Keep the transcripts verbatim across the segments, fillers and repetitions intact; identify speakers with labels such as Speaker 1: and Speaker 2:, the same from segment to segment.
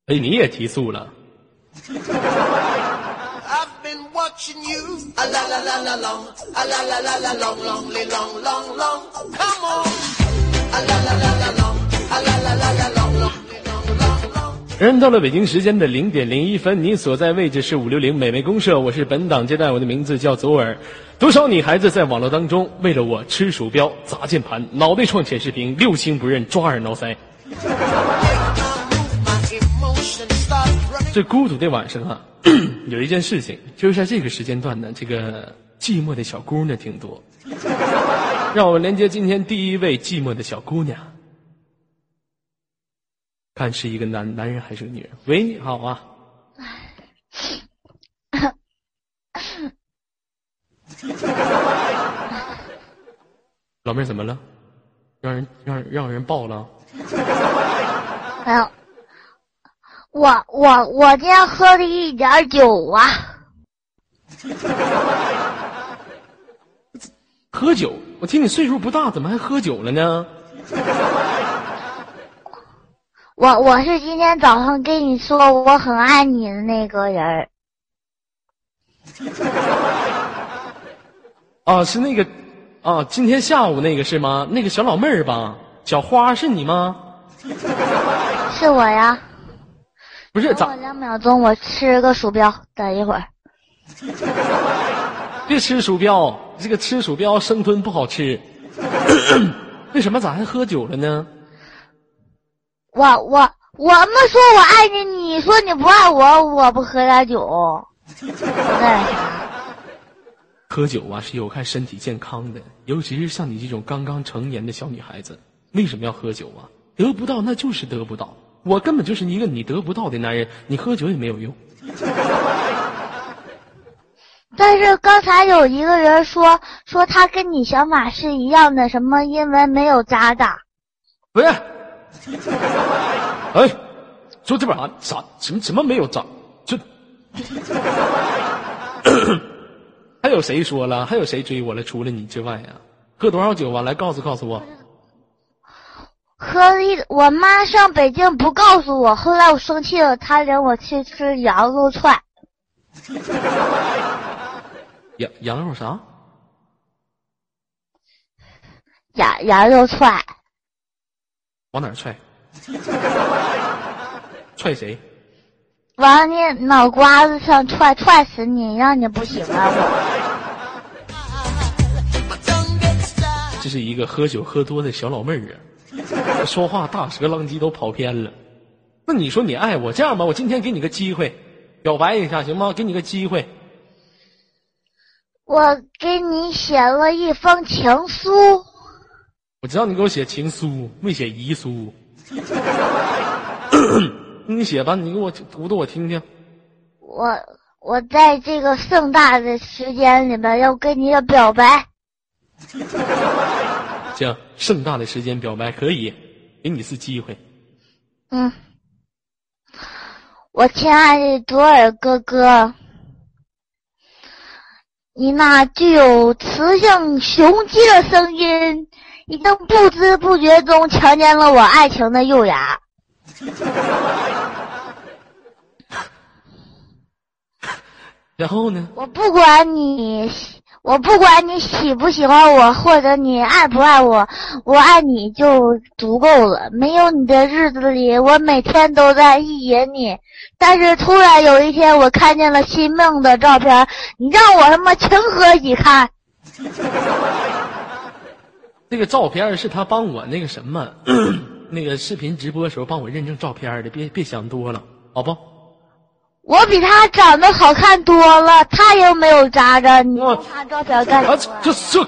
Speaker 1: 哎，你也提速了。人到了北京时间的零点零一分，你所在位置是五六零美美公社，我是本档接待，我的名字叫左耳。多少女孩子在网络当中为了我吃鼠标、砸键盘、脑袋撞显示屏、六亲不认、抓耳挠腮。这孤独的晚上啊，有一件事情，就是在这个时间段呢，这个寂寞的小姑娘挺多。让我们连接今天第一位寂寞的小姑娘。看是一个男男人还是个女人？喂，你好啊。老妹儿怎么了？让人让让人抱了？
Speaker 2: 没有，我我我今天喝了一点酒啊。
Speaker 1: 喝酒？我听你岁数不大，怎么还喝酒了呢？
Speaker 2: 我我是今天早上跟你说我很爱你的那个人。
Speaker 1: 啊，是那个，啊，今天下午那个是吗？那个小老妹儿吧，小花是你吗？
Speaker 2: 是我呀。
Speaker 1: 不是，
Speaker 2: 等我两秒钟，我吃个鼠标，等一会儿。
Speaker 1: 别吃鼠标，这个吃鼠标生吞不好吃。为什么咋还喝酒了呢？
Speaker 2: 我我我们说我爱你，你说你不爱我，我不喝点酒。我干啥？
Speaker 1: 喝酒啊是有害身体健康的，尤其是像你这种刚刚成年的小女孩子，为什么要喝酒啊？得不到那就是得不到，我根本就是一个你得不到的男人，你喝酒也没有用。
Speaker 2: 但是刚才有一个人说说他跟你想法是一样的，什么因为没有渣渣。
Speaker 1: 不是。哎，说这玩意儿啥什么什么没有渣？就还有谁说了？还有谁追我了？除了你之外啊？喝多少酒啊？来告诉告诉我。
Speaker 2: 喝了一，我妈上北京不告诉我，后来我生气了，她领我去吃羊肉串。
Speaker 1: 羊羊肉啥？
Speaker 2: 羊羊肉串。
Speaker 1: 往哪儿踹？踹谁？
Speaker 2: 往你脑瓜子上踹，踹死你，让你不喜欢我。
Speaker 1: 这是一个喝酒喝多的小老妹儿啊，说话大舌浪叽都跑偏了。那你说你爱我，这样吧，我今天给你个机会，表白一下行吗？给你个机会。
Speaker 2: 我给你写了一封情书。
Speaker 1: 我知道你给我写情书，没写遗书。你写吧，你给我读读我听听。
Speaker 2: 我我在这个盛大的时间里边要跟你的表白。
Speaker 1: 行，盛大的时间表白可以，给你一次机会。
Speaker 2: 嗯，我亲爱的左耳哥哥，你那具有磁性雄鸡的声音已经不知不觉中强奸了我爱情的幼芽。
Speaker 1: 然后呢？
Speaker 2: 我不管你，我不管你喜不喜欢我，或者你爱不爱我，我爱你就足够了。没有你的日子里，我每天都在意淫你。但是突然有一天，我看见了新梦的照片，你让我他妈情何以堪？
Speaker 1: 这个照片是他帮我那个什么，那个视频直播的时候帮我认证照片的，别别想多了，好不？
Speaker 2: 我比他长得好看多了，他又没有渣渣，你用他照片干什么？
Speaker 1: 啊，这这。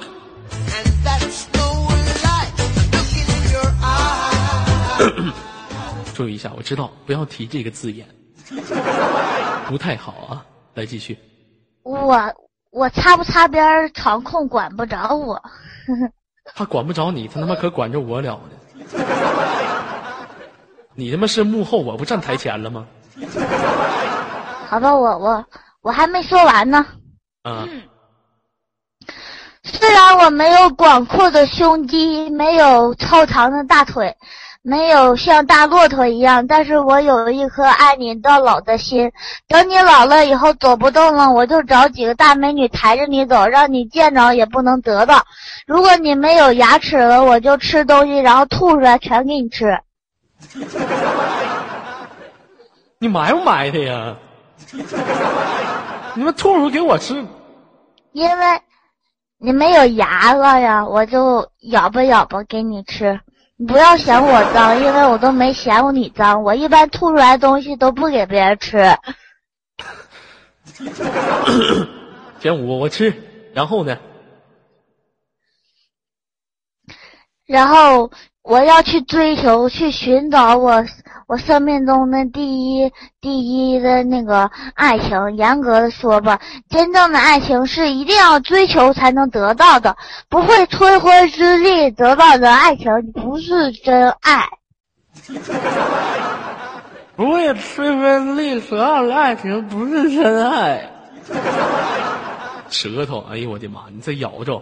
Speaker 1: 注意一下，我知道不要提这个字眼，不太好啊。来继续。
Speaker 2: 我我擦不擦边场控管不着我。
Speaker 1: 他管不着你，他他妈可管着我了呢。你他妈是幕后，我不站台前了吗？
Speaker 2: 好吧，我我我还没说完呢。
Speaker 1: 啊、
Speaker 2: 嗯。虽然我没有广阔的胸肌，没有超长的大腿， 没有像大骆驼一样，但是我有一颗爱你到老的心。等你老了以后走不动了，我就找几个大美女抬着你走，让你见着也不能得到。如果你没有牙齿了，我就吃东西，然后吐出来全给你吃。
Speaker 1: 你埋不埋汰呀？你们吐出给我吃？
Speaker 2: 因为你没有牙了呀，我就咬吧咬吧给你吃。你不要嫌我脏，因为我都没嫌过你脏。我一般吐出来的东西都不给别人吃。
Speaker 1: 嫌我我吃，然后呢？
Speaker 2: 然后我要去追求，去寻找我我生命中的第一第一的那个爱情。严格的说吧，真正的爱情是一定要追求才能得到的，不会吹灰之力得到的爱情不是真爱。
Speaker 1: 不会吹灰之力得到的爱情不是真爱。舌头，哎呦我的妈，你再咬着。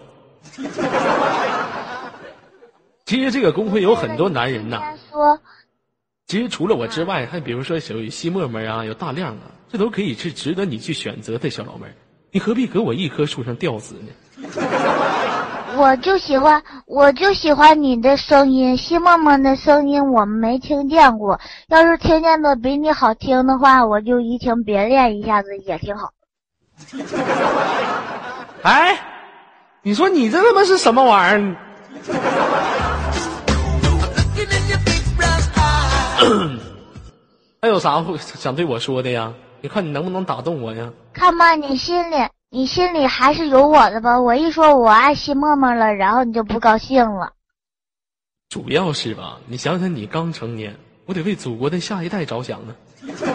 Speaker 1: 其实这个公会有很多男人呐、啊。
Speaker 2: 说，
Speaker 1: 其实除了我之外，还比如说有西沫沫啊，有大亮啊，这都可以是值得你去选择的小老妹儿。你何必搁我一棵树上吊死呢？
Speaker 2: 我就喜欢，我就喜欢你的声音，西沫沫的声音我没听见过。要是听见的比你好听的话，我就移情别恋一下子也挺好。
Speaker 1: 哎，你说你这他妈是什么玩意儿？还有啥想对我说的呀？你看你能不能打动我呀？
Speaker 2: 看吧，你心里你心里还是有我的吧？我一说我爱西沫沫了，然后你就不高兴了。
Speaker 1: 主要是吧，你想想你刚成年，我得为祖国的下一代着想呢。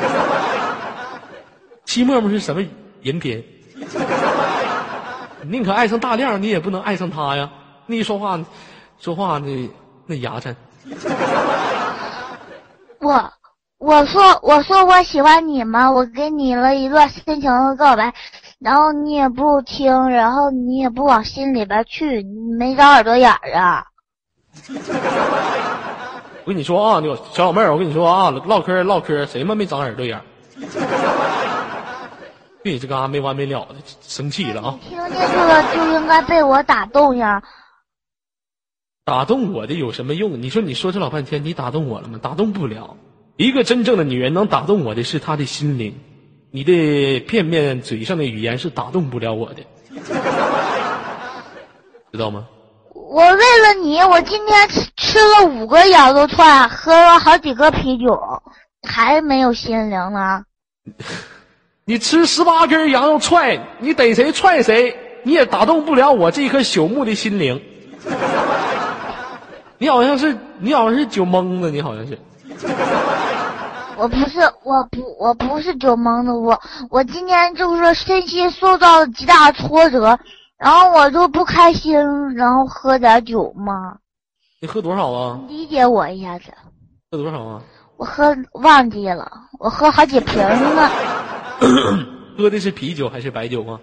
Speaker 1: 西沫沫是什么人品？宁可爱上大亮，你也不能爱上他呀。那一说话，说话那那牙碜。
Speaker 2: 我我说我说我喜欢你吗？我给你了一段深情的告白，然后你也不听，然后你也不往心里边去，你没长耳朵眼儿啊。
Speaker 1: 我跟你说啊，你小老妹儿，我跟你说啊，唠嗑唠嗑，谁他妈没长耳朵眼儿？对，这嘎、个、没完没了的，生气了啊！
Speaker 2: 听进去了就应该被我打动呀。
Speaker 1: 打动我的有什么用？你说你说这老半天，你打动我了吗？打动不了。一个真正的女人能打动我的是她的心灵，你的片面嘴上的语言是打动不了我的，知道吗？
Speaker 2: 我为了你，我今天吃吃了五个羊肉串，喝了好几个啤酒，还没有心灵呢。
Speaker 1: 你吃十八根羊肉踹，你逮谁踹谁，你也打动不了我这颗朽木的心灵。你好像是你好像是酒蒙子，你好像是。
Speaker 2: 我不是，我不，我不是酒蒙子，我我今天就是身心受到了极大挫折，然后我就不开心，然后喝点酒嘛。
Speaker 1: 你喝多少啊？
Speaker 2: 理解我一下子。
Speaker 1: 喝多少啊？
Speaker 2: 我喝忘记了，我喝好几瓶呢。
Speaker 1: 喝的是啤酒还是白酒啊？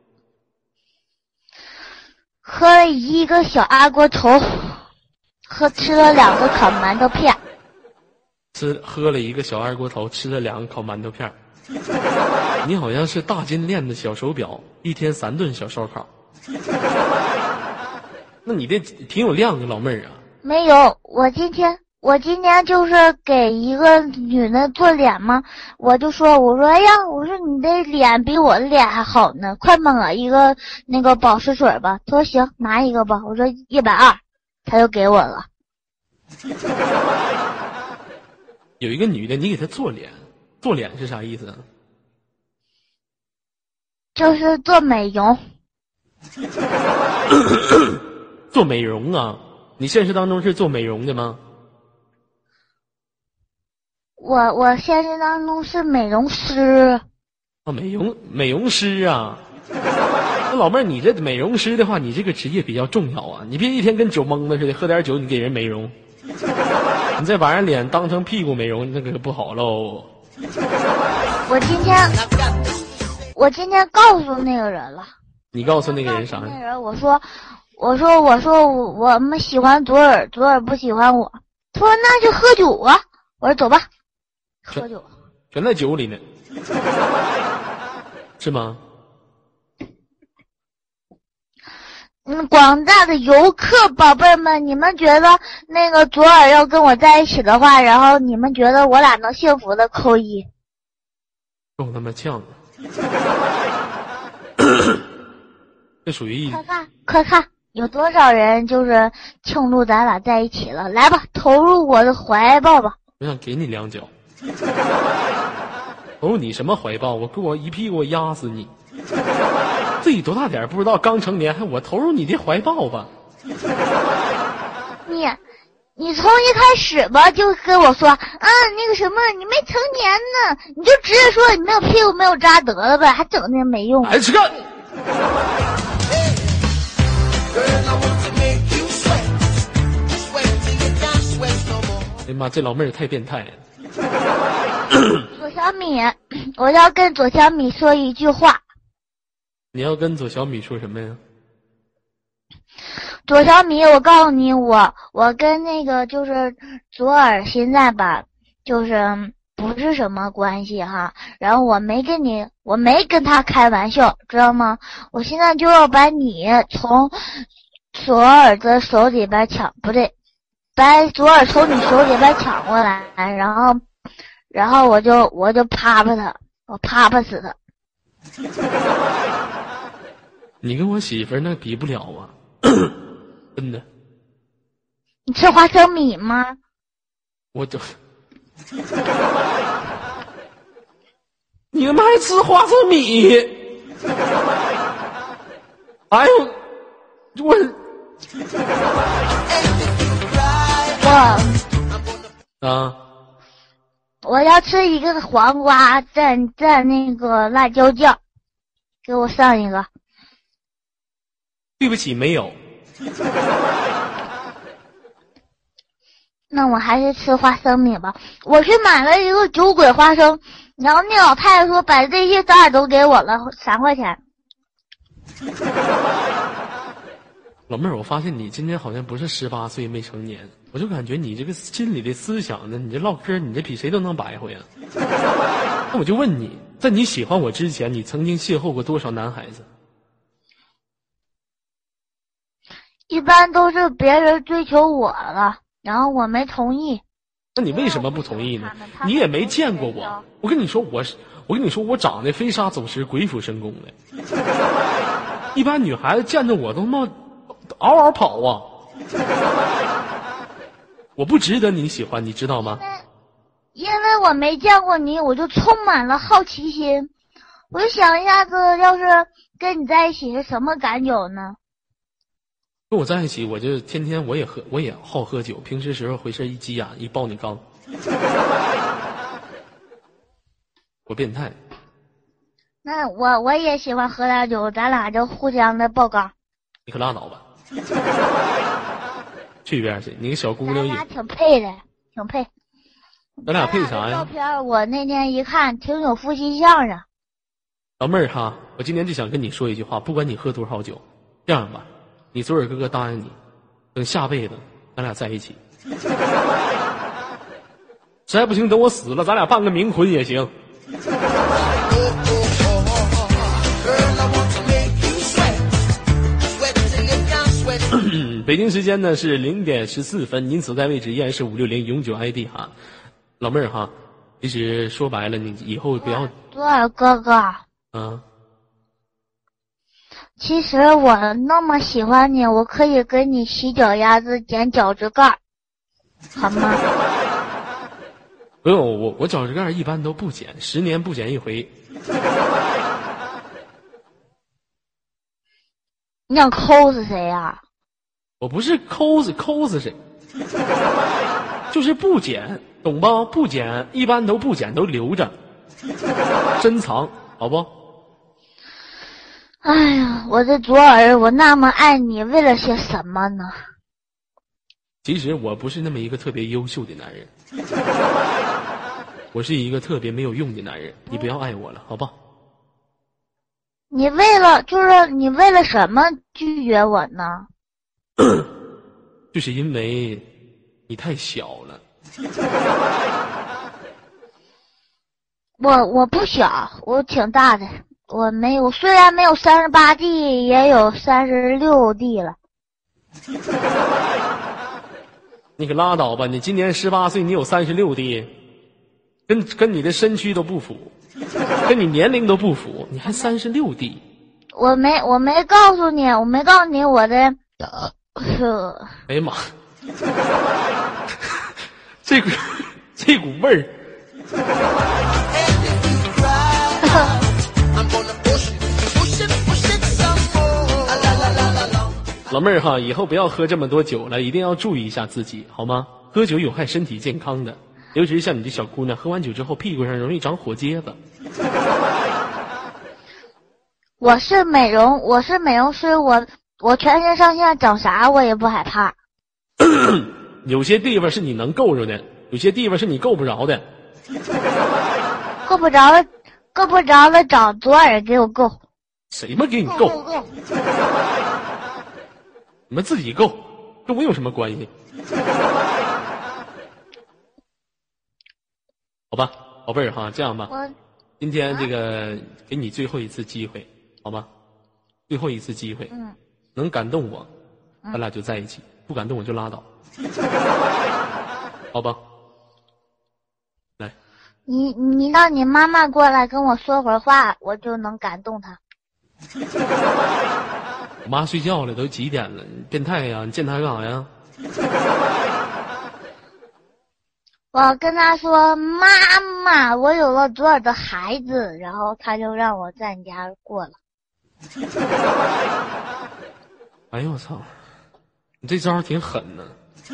Speaker 2: 喝了一个小二锅头，喝吃了两个烤馒头片。
Speaker 1: 吃喝了一个小二锅头，吃了两个烤馒头片。你好像是大金链的小手表，一天三顿小烧烤。那你这挺有量的老妹儿啊。
Speaker 2: 没有，我今天我今天就是给一个女的做脸嘛，我就说我说哎呀，我说你的脸比我的脸还好呢，快买我一个那个保湿水吧。他说行，拿一个吧。我说一百二，他就给我了。
Speaker 1: 有一个女的，你给她做脸，做脸是啥意思啊？
Speaker 2: 就是做美容。
Speaker 1: 做美容啊？你现实当中是做美容的吗？
Speaker 2: 我我现实当中是美容师。
Speaker 1: 啊，美容美容师啊。那老妹儿，你这美容师的话，你这个职业比较重要啊，你别一天跟酒蒙子似的，喝点酒你给人美容。你再把人脸当成屁股美容，那可不好喽。
Speaker 2: 我今天，我今天告诉那个人了。
Speaker 1: 你告诉那个人啥？
Speaker 2: 那个人我说，我说，我说我们喜欢左耳，左耳不喜欢我。 他说那就喝酒啊，我说走吧，喝酒，
Speaker 1: 全在酒里呢，是吗？
Speaker 2: 嗯，广大的游客宝贝们，你们觉得那个左耳要跟我在一起的话，然后你们觉得我俩能幸福的扣一？
Speaker 1: 够他妈呛的，这属于
Speaker 2: 快看，快看，有多少人就是庆祝咱俩在一起了？来吧，投入我的怀抱吧！
Speaker 1: 我想给你两脚，投入你什么怀抱？我给我一屁股压死你！自己多大点不知道，刚成年还我投入你的怀抱吧？
Speaker 2: 你，你从一开始吧就跟我说，啊，那个什么，你没成年呢，你就直接说你没有屁股没有渣得了呗，还整那没用。
Speaker 1: 哎，吃个！哎呀妈，这老妹儿太变态了。
Speaker 2: 左小米，我要跟左小米说一句话。
Speaker 1: 你要跟左小米说什么呀？
Speaker 2: 左小米，我告诉你，我我跟那个就是左耳现在吧，就是不是什么关系哈。然后我没跟你，我没跟他开玩笑，知道吗？我现在就要把你从左耳的手里边抢，不对，把左耳从你手里边抢过来，然后，然后我就我就啪啪他，我啪啪死他。
Speaker 1: 你跟我媳妇儿那比不了啊，真的。
Speaker 2: 你吃花生米吗？
Speaker 1: 我就，你他妈还吃花生米？哎呦，我
Speaker 2: 我
Speaker 1: 啊，
Speaker 2: 我要吃一个黄瓜蘸蘸那个辣椒酱，给我上一个。
Speaker 1: 对不起，没有。
Speaker 2: 那我还是吃花生米吧。我去买了一个酒鬼花生，然后那老太太说把这些渣都给我了，三块钱。
Speaker 1: 老妹儿，我发现你今天好像不是十八岁没成年，我就感觉你这个心里的思想呢，你这唠嗑，你这比谁都能白活呀。那我就问你，在你喜欢我之前，你曾经邂逅过多少男孩子？
Speaker 2: 一般都是别人追求我了，然后我没同意。
Speaker 1: 那你为什么不同意呢？你也没见过我。我跟你说，我是我跟你说，我长得飞沙走石、鬼斧神工的。一般女孩子见着我都他妈嗷嗷跑啊！我不值得你喜欢，你知道吗？
Speaker 2: 因为我没见过你，我就充满了好奇心。我就想一下子，要是跟你在一起是什么感觉呢？
Speaker 1: 跟我在一起，我就天天我也喝，我也好喝酒。平时时候回事一急眼一抱你刚，我变态。
Speaker 2: 那我我也喜欢喝点酒，咱俩就互相的爆缸。
Speaker 1: 你可拉倒吧，去一边去！你个小姑娘也，
Speaker 2: 咱俩挺配的，挺配。
Speaker 1: 咱俩配啥呀？
Speaker 2: 照片我那天一看，挺有夫妻相的。
Speaker 1: 老妹儿哈，我今天就想跟你说一句话，不管你喝多少酒，这样吧。你左耳哥哥答应你，等下辈子咱俩在一起。实在不行，等我死了，咱俩办个冥婚也行。北京时间呢是零点十四分，您所在位置依然是五六零永久 I D 哈，老妹儿哈，其实说白了，你以后不要。
Speaker 2: 左耳哥哥。
Speaker 1: 啊。
Speaker 2: 其实我那么喜欢你，我可以给你洗脚丫子、剪脚趾盖，好吗？
Speaker 1: 不用，我我脚趾盖一般都不剪，十年不剪一回。
Speaker 2: 你想抠死谁呀、啊？
Speaker 1: 我不是抠死抠死谁，就是不剪，懂吧？不剪，一般都不剪，都留着，珍藏，好不？
Speaker 2: 哎呀，我的左耳，我那么爱你，为了些什么呢？
Speaker 1: 其实我不是那么一个特别优秀的男人，我是一个特别没有用的男人，你不要爱我了，好不好？
Speaker 2: 你为了就是你为了什么拒绝我呢？
Speaker 1: 就是因为你太小了。
Speaker 2: 我我不小，我挺大的，我没有，虽然没有三十八 D， 也有三十六 D 了。
Speaker 1: 你可拉倒吧！你今年十八岁，你有三十六 D， 跟跟你的身躯都不符，跟你年龄都不符，你还三十六 D。
Speaker 2: 我没我没告诉你，我没告诉你我的。
Speaker 1: 哎呀妈！这股这股味儿。老妹儿哈，以后不要喝这么多酒了，一定要注意一下自己，好吗？喝酒有害身体健康的，尤其是像你这小姑娘，喝完酒之后屁股上容易长火疖子。
Speaker 2: 我是美容，我是美容师，我我全身上下长啥我也不害怕。
Speaker 1: 有些地方是你能够着的，有些地方是你够不着的。
Speaker 2: 够不着了，够不着了，找左耳给我够。
Speaker 1: 谁嘛给你够？
Speaker 2: 够够够
Speaker 1: 你们自己够，跟我有什么关系？好吧，宝贝儿哈，这样吧，今天这个给你最后一次机会，好吗？最后一次机会，
Speaker 2: 嗯，
Speaker 1: 能感动我，咱俩就在一起；不感动我就拉倒，好吧？来，
Speaker 2: 你你让你妈妈过来跟我说会儿话，我就能感动她。
Speaker 1: 我妈睡觉了，都几点了？你变态呀！你见她干啥呀？
Speaker 2: 我跟她说：“妈妈，我有了左耳的孩子。”然后她就让我在你家过了。
Speaker 1: 哎呦我操！你这招挺狠呢。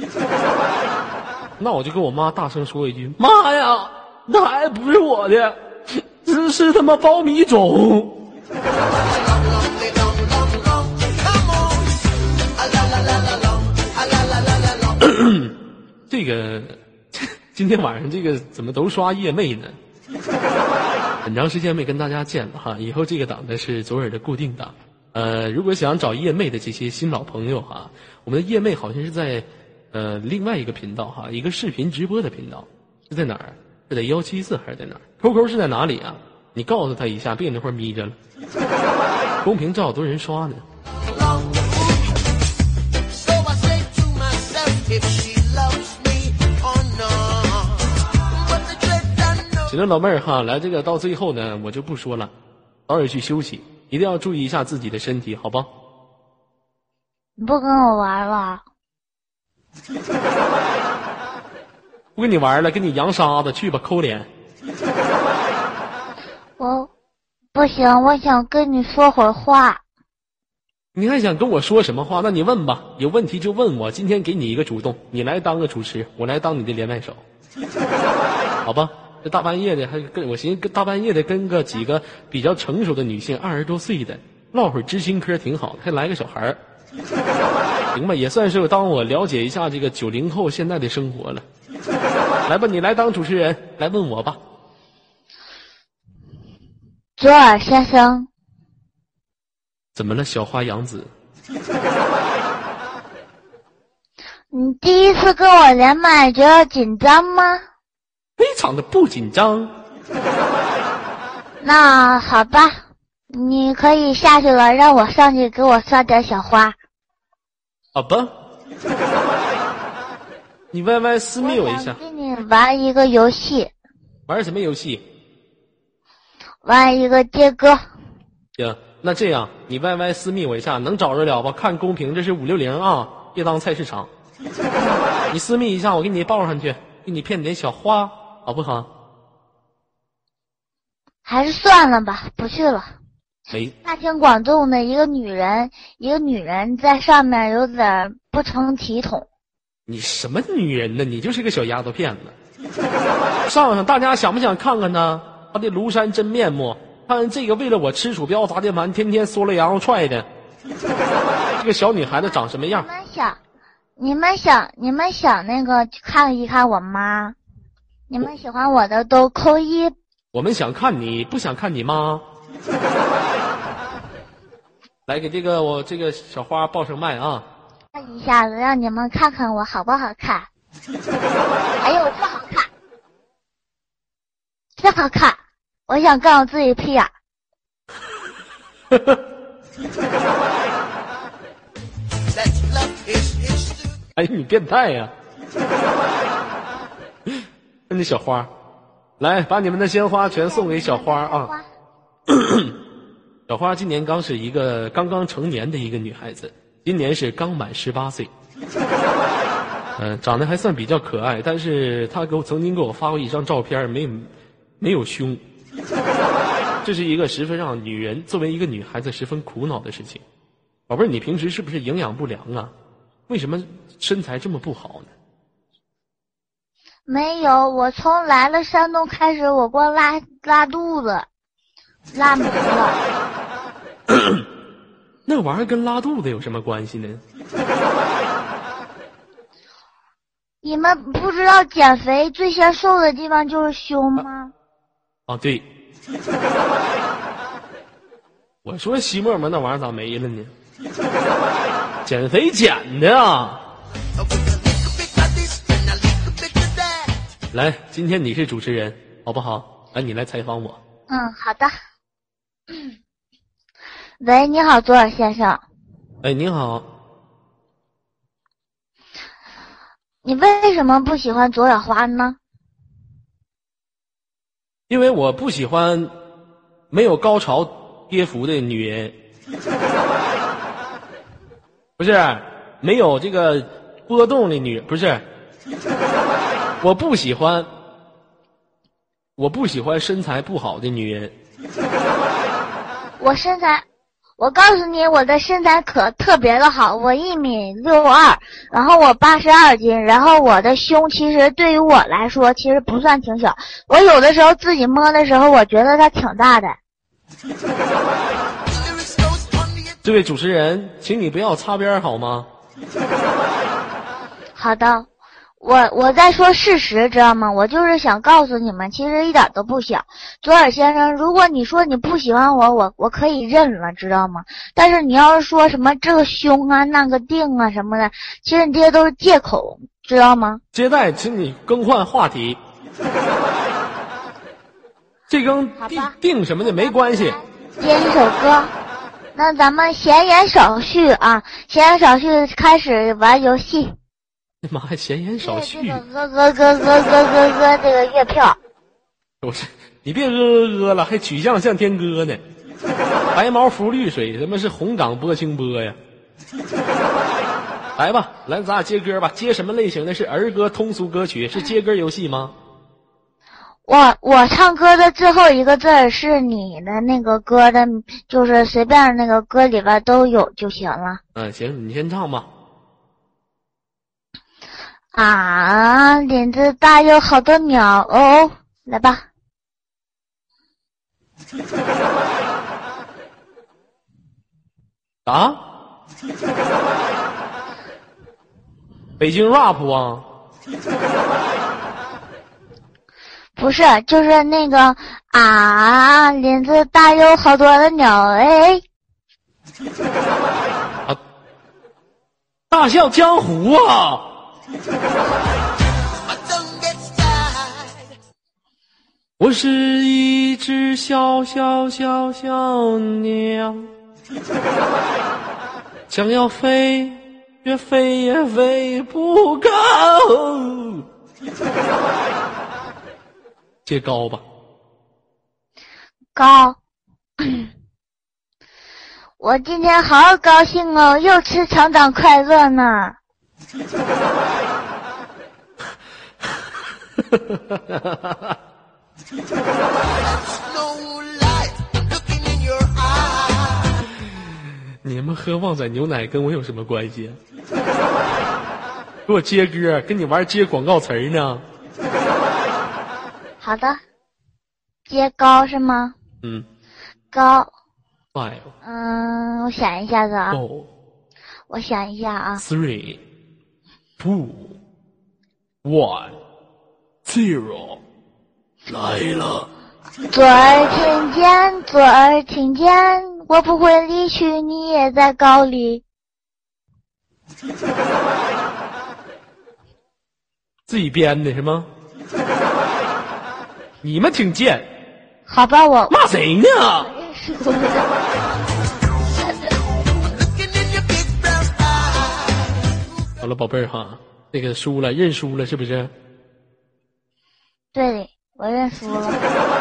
Speaker 1: 那我就跟我妈大声说一句：“妈呀，那孩子不是我的，是是他妈苞米种。”这个今天晚上这个怎么都刷夜魅呢？很长时间没跟大家见了哈，以后这个档呢是左耳的固定档。呃，如果想找夜魅的这些新老朋友哈，我们的夜魅好像是在呃另外一个频道哈，一个视频直播的频道，是在哪儿？是在幺七四还是在哪儿 ？Q Q 是在哪里啊？你告诉他一下，别那会儿眯着了。公屏这好多人刷呢。行了，老妹儿哈，来这个到最后呢，我就不说了，早点去休息，一定要注意一下自己的身体，好吧？
Speaker 2: 你不跟我玩了？
Speaker 1: 不跟你玩了，跟你扬沙子去吧，抠脸。
Speaker 2: 我不行，我想跟你说会儿话。
Speaker 1: 你还想跟我说什么话？那你问吧，有问题就问我。今天给你一个主动，你来当个主持，我来当你的连麦手，好吧？这大半夜的还跟我寻思，大半夜的跟个几个比较成熟的女性，二十多岁的唠会儿知心嗑挺好的，还来个小孩儿，行吧？也算是当我了解一下这个九零后现在的生活了。来吧，你来当主持人，来问我吧。
Speaker 2: 左耳先生，
Speaker 1: 怎么了，小花洋子？
Speaker 2: 你第一次跟我连麦，觉得紧张吗？
Speaker 1: 非常的不紧张。
Speaker 2: 那好吧，你可以下去了，让我上去给我刷点小花。
Speaker 1: 好吧。你歪歪私密我一下。
Speaker 2: 我想跟你玩一个游戏。
Speaker 1: 玩什么游戏？
Speaker 2: 玩一个接歌。
Speaker 1: 行，那这样你歪歪私密我一下，能找着了吧？看公屏，这是五六零啊，别当菜市场。你私密一下，我给你报上去，给你骗点小花，好不好？
Speaker 2: 还是算了吧，不去了。
Speaker 1: 没。
Speaker 2: 大庭广众的一个女人，一个女人在上面有点不成体统。
Speaker 1: 你什么女人呢？你就是个小丫头片子。上上，大家想不想看看呢？她的庐山真面目。看这个为了我吃鼠标砸键盘，天天缩了羊肉踹的，这个小女孩子长什么样？
Speaker 2: 你们想，你们想，你们想那个看一看我妈。你们喜欢我的都扣一。
Speaker 1: 我们想看你，不想看你妈。来给这个我这个小花报声麦啊！
Speaker 2: 一下子让你们看看我好不好看。 哎呦，这好看，这好看，我想干我自己屁眼。
Speaker 1: 哎，你变态呀、啊！那小花，来把你们的鲜花全送给小花啊！小花今年刚是一个刚刚成年的一个女孩子，今年是刚满十八岁。嗯、呃，长得还算比较可爱，但是她给我曾经给我发过一张照片，没没有胸。这是一个十分让女人作为一个女孩子十分苦恼的事情。宝贝儿，你平时是不是营养不良啊？为什么身材这么不好呢？
Speaker 2: 没有，我从来了山东开始，我光拉拉肚子，拉没了。
Speaker 1: 那玩意儿跟拉肚子有什么关系呢？
Speaker 2: 你们不知道减肥最先瘦的地方就是胸吗？
Speaker 1: 啊，对。我说西沫沫那玩意儿咋没了呢？减肥减的啊！来，今天你是主持人，好不好？来，你来采访我。
Speaker 2: 嗯，好的。喂，你好，左耳先生。
Speaker 1: 哎，你好。
Speaker 2: 你为什么不喜欢左耳花呢？
Speaker 1: 因为我不喜欢没有高潮跌伏的女人。不是，没有这个波动的女人，不是。我不喜欢，我不喜欢身材不好的女人。
Speaker 2: 我身材，我告诉你，我的身材可特别的好，我一米六二，然后我八十二斤，然后我的胸其实对于我来说其实不算挺小，我有的时候自己摸的时候，我觉得它挺大的。
Speaker 1: 这位主持人，请你不要擦边好吗？
Speaker 2: 好的。我我在说事实，知道吗？我就是想告诉你们，其实一点都不小。左耳先生，如果你说你不喜欢我，我我可以认了，知道吗？但是你要是说什么这个胸啊、那个腚啊什么的，其实你这些都是借口，知道吗？
Speaker 1: 接待，请你更换话题。这跟腚腚什么的没关系。
Speaker 2: 接一首歌，那咱们闲言少叙啊，闲言少叙，开始玩游戏。
Speaker 1: 妈还闲言少叙，
Speaker 2: 这个咯咯咯咯咯咯咯，这个月票。
Speaker 1: 不是，你别呃呃呃了，还曲项向天歌呢。白毛浮绿水，他妈是红掌拨清波呀。来吧，来咱俩接歌吧。接什么类型的？是儿歌、通俗歌曲？是接歌游戏吗？
Speaker 2: 我我唱歌的最后一个字儿是你的那个歌的，就是随便那个歌里边都有就行了。
Speaker 1: 嗯，行，你先唱吧。
Speaker 2: 啊，林子大有好多鸟哦，来吧。
Speaker 1: 啊？北京 rap 啊？
Speaker 2: 不是，就是那个啊，林子大有好多的鸟哎。
Speaker 1: 啊，大象江湖啊！我是一只小小小小鸟，想要飞，越飞也飞不高。接高吧。
Speaker 2: 高。我今天好高兴哦，又吃成长快乐呢。
Speaker 1: 你们喝旺仔牛奶跟我有什么关系啊？给我接歌，跟你玩接广告词儿呢。
Speaker 2: 好的，接高是吗？
Speaker 1: 嗯，
Speaker 2: 高。
Speaker 1: five。
Speaker 2: 嗯，我想一下子啊。
Speaker 1: four。
Speaker 2: 我想一下啊。
Speaker 1: three。two。one。zero。来了。
Speaker 2: 左耳听见，左耳听见，我不会离去，你也在高里。
Speaker 1: 自己编的是吗？你们挺贱。
Speaker 2: 好吧，我
Speaker 1: 骂谁呢？好了，宝贝儿哈，那个输了，认输了是不是？
Speaker 2: 对，我认输了。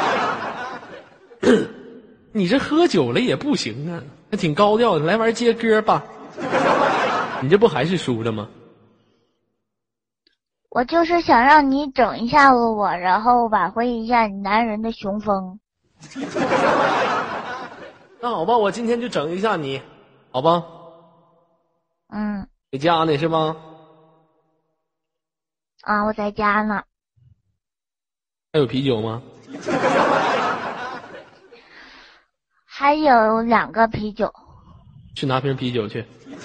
Speaker 1: 你这喝酒了也不行啊，还挺高调的，来玩接歌吧。你这不还是输了吗？
Speaker 2: 我就是想让你整一下子我，然后挽回一下你男人的雄风。
Speaker 1: 那好吧，我今天就整一下你，好吧？
Speaker 2: 嗯。
Speaker 1: 在家呢是吗？
Speaker 2: 啊，我在家呢。
Speaker 1: 还有啤酒吗？
Speaker 2: 还有两个啤酒。
Speaker 1: 去拿瓶啤酒去。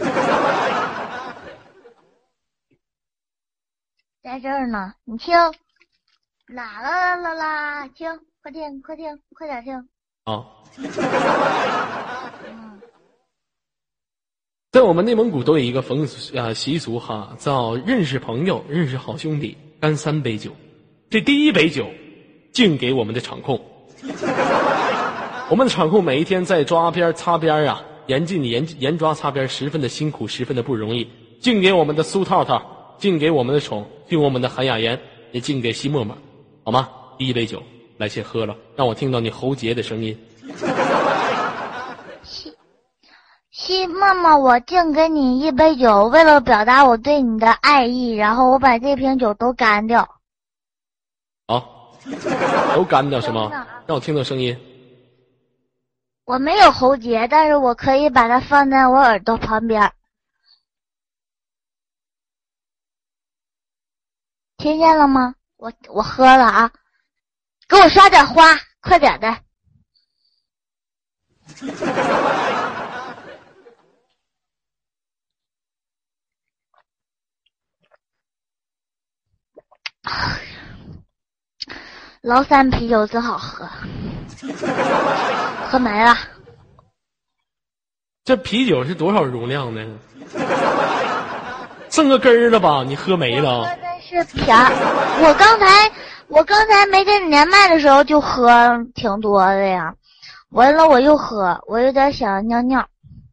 Speaker 2: 在这儿呢，你听，啦啦啦啦啦，听，快听，快听，快点听。
Speaker 1: 好。在我们内蒙古都有一个风俗啊习俗哈，叫认识朋友、认识好兄弟，干三杯酒。这第一杯酒敬给我们的场控。我们的场控每一天在抓边擦边啊，严禁严严抓擦边，十分的辛苦，十分的不容易。敬给我们的苏套套，敬给我们的宠，敬我们的韩雅妍，也敬给西沫沫，好吗？第一杯酒，来先喝了，让我听到你喉结的声音。
Speaker 2: 西西沫沫，我敬给你一杯酒，为了表达我对你的爱意，然后我把这瓶酒都干掉。
Speaker 1: 好，都干掉是吗？让我听到声音。
Speaker 2: 我没有喉结，但是我可以把它放在我耳朵旁边。听见了吗？我我喝了啊，给我刷点花，快点的。崂山啤酒真好喝，喝没了。
Speaker 1: 这啤酒是多少容量呢？剩个根儿了吧？你喝没了？
Speaker 2: 我喝的是瓶儿。我刚才我刚才没跟你连麦的时候就喝挺多的呀，完了我又喝，我有点想尿尿。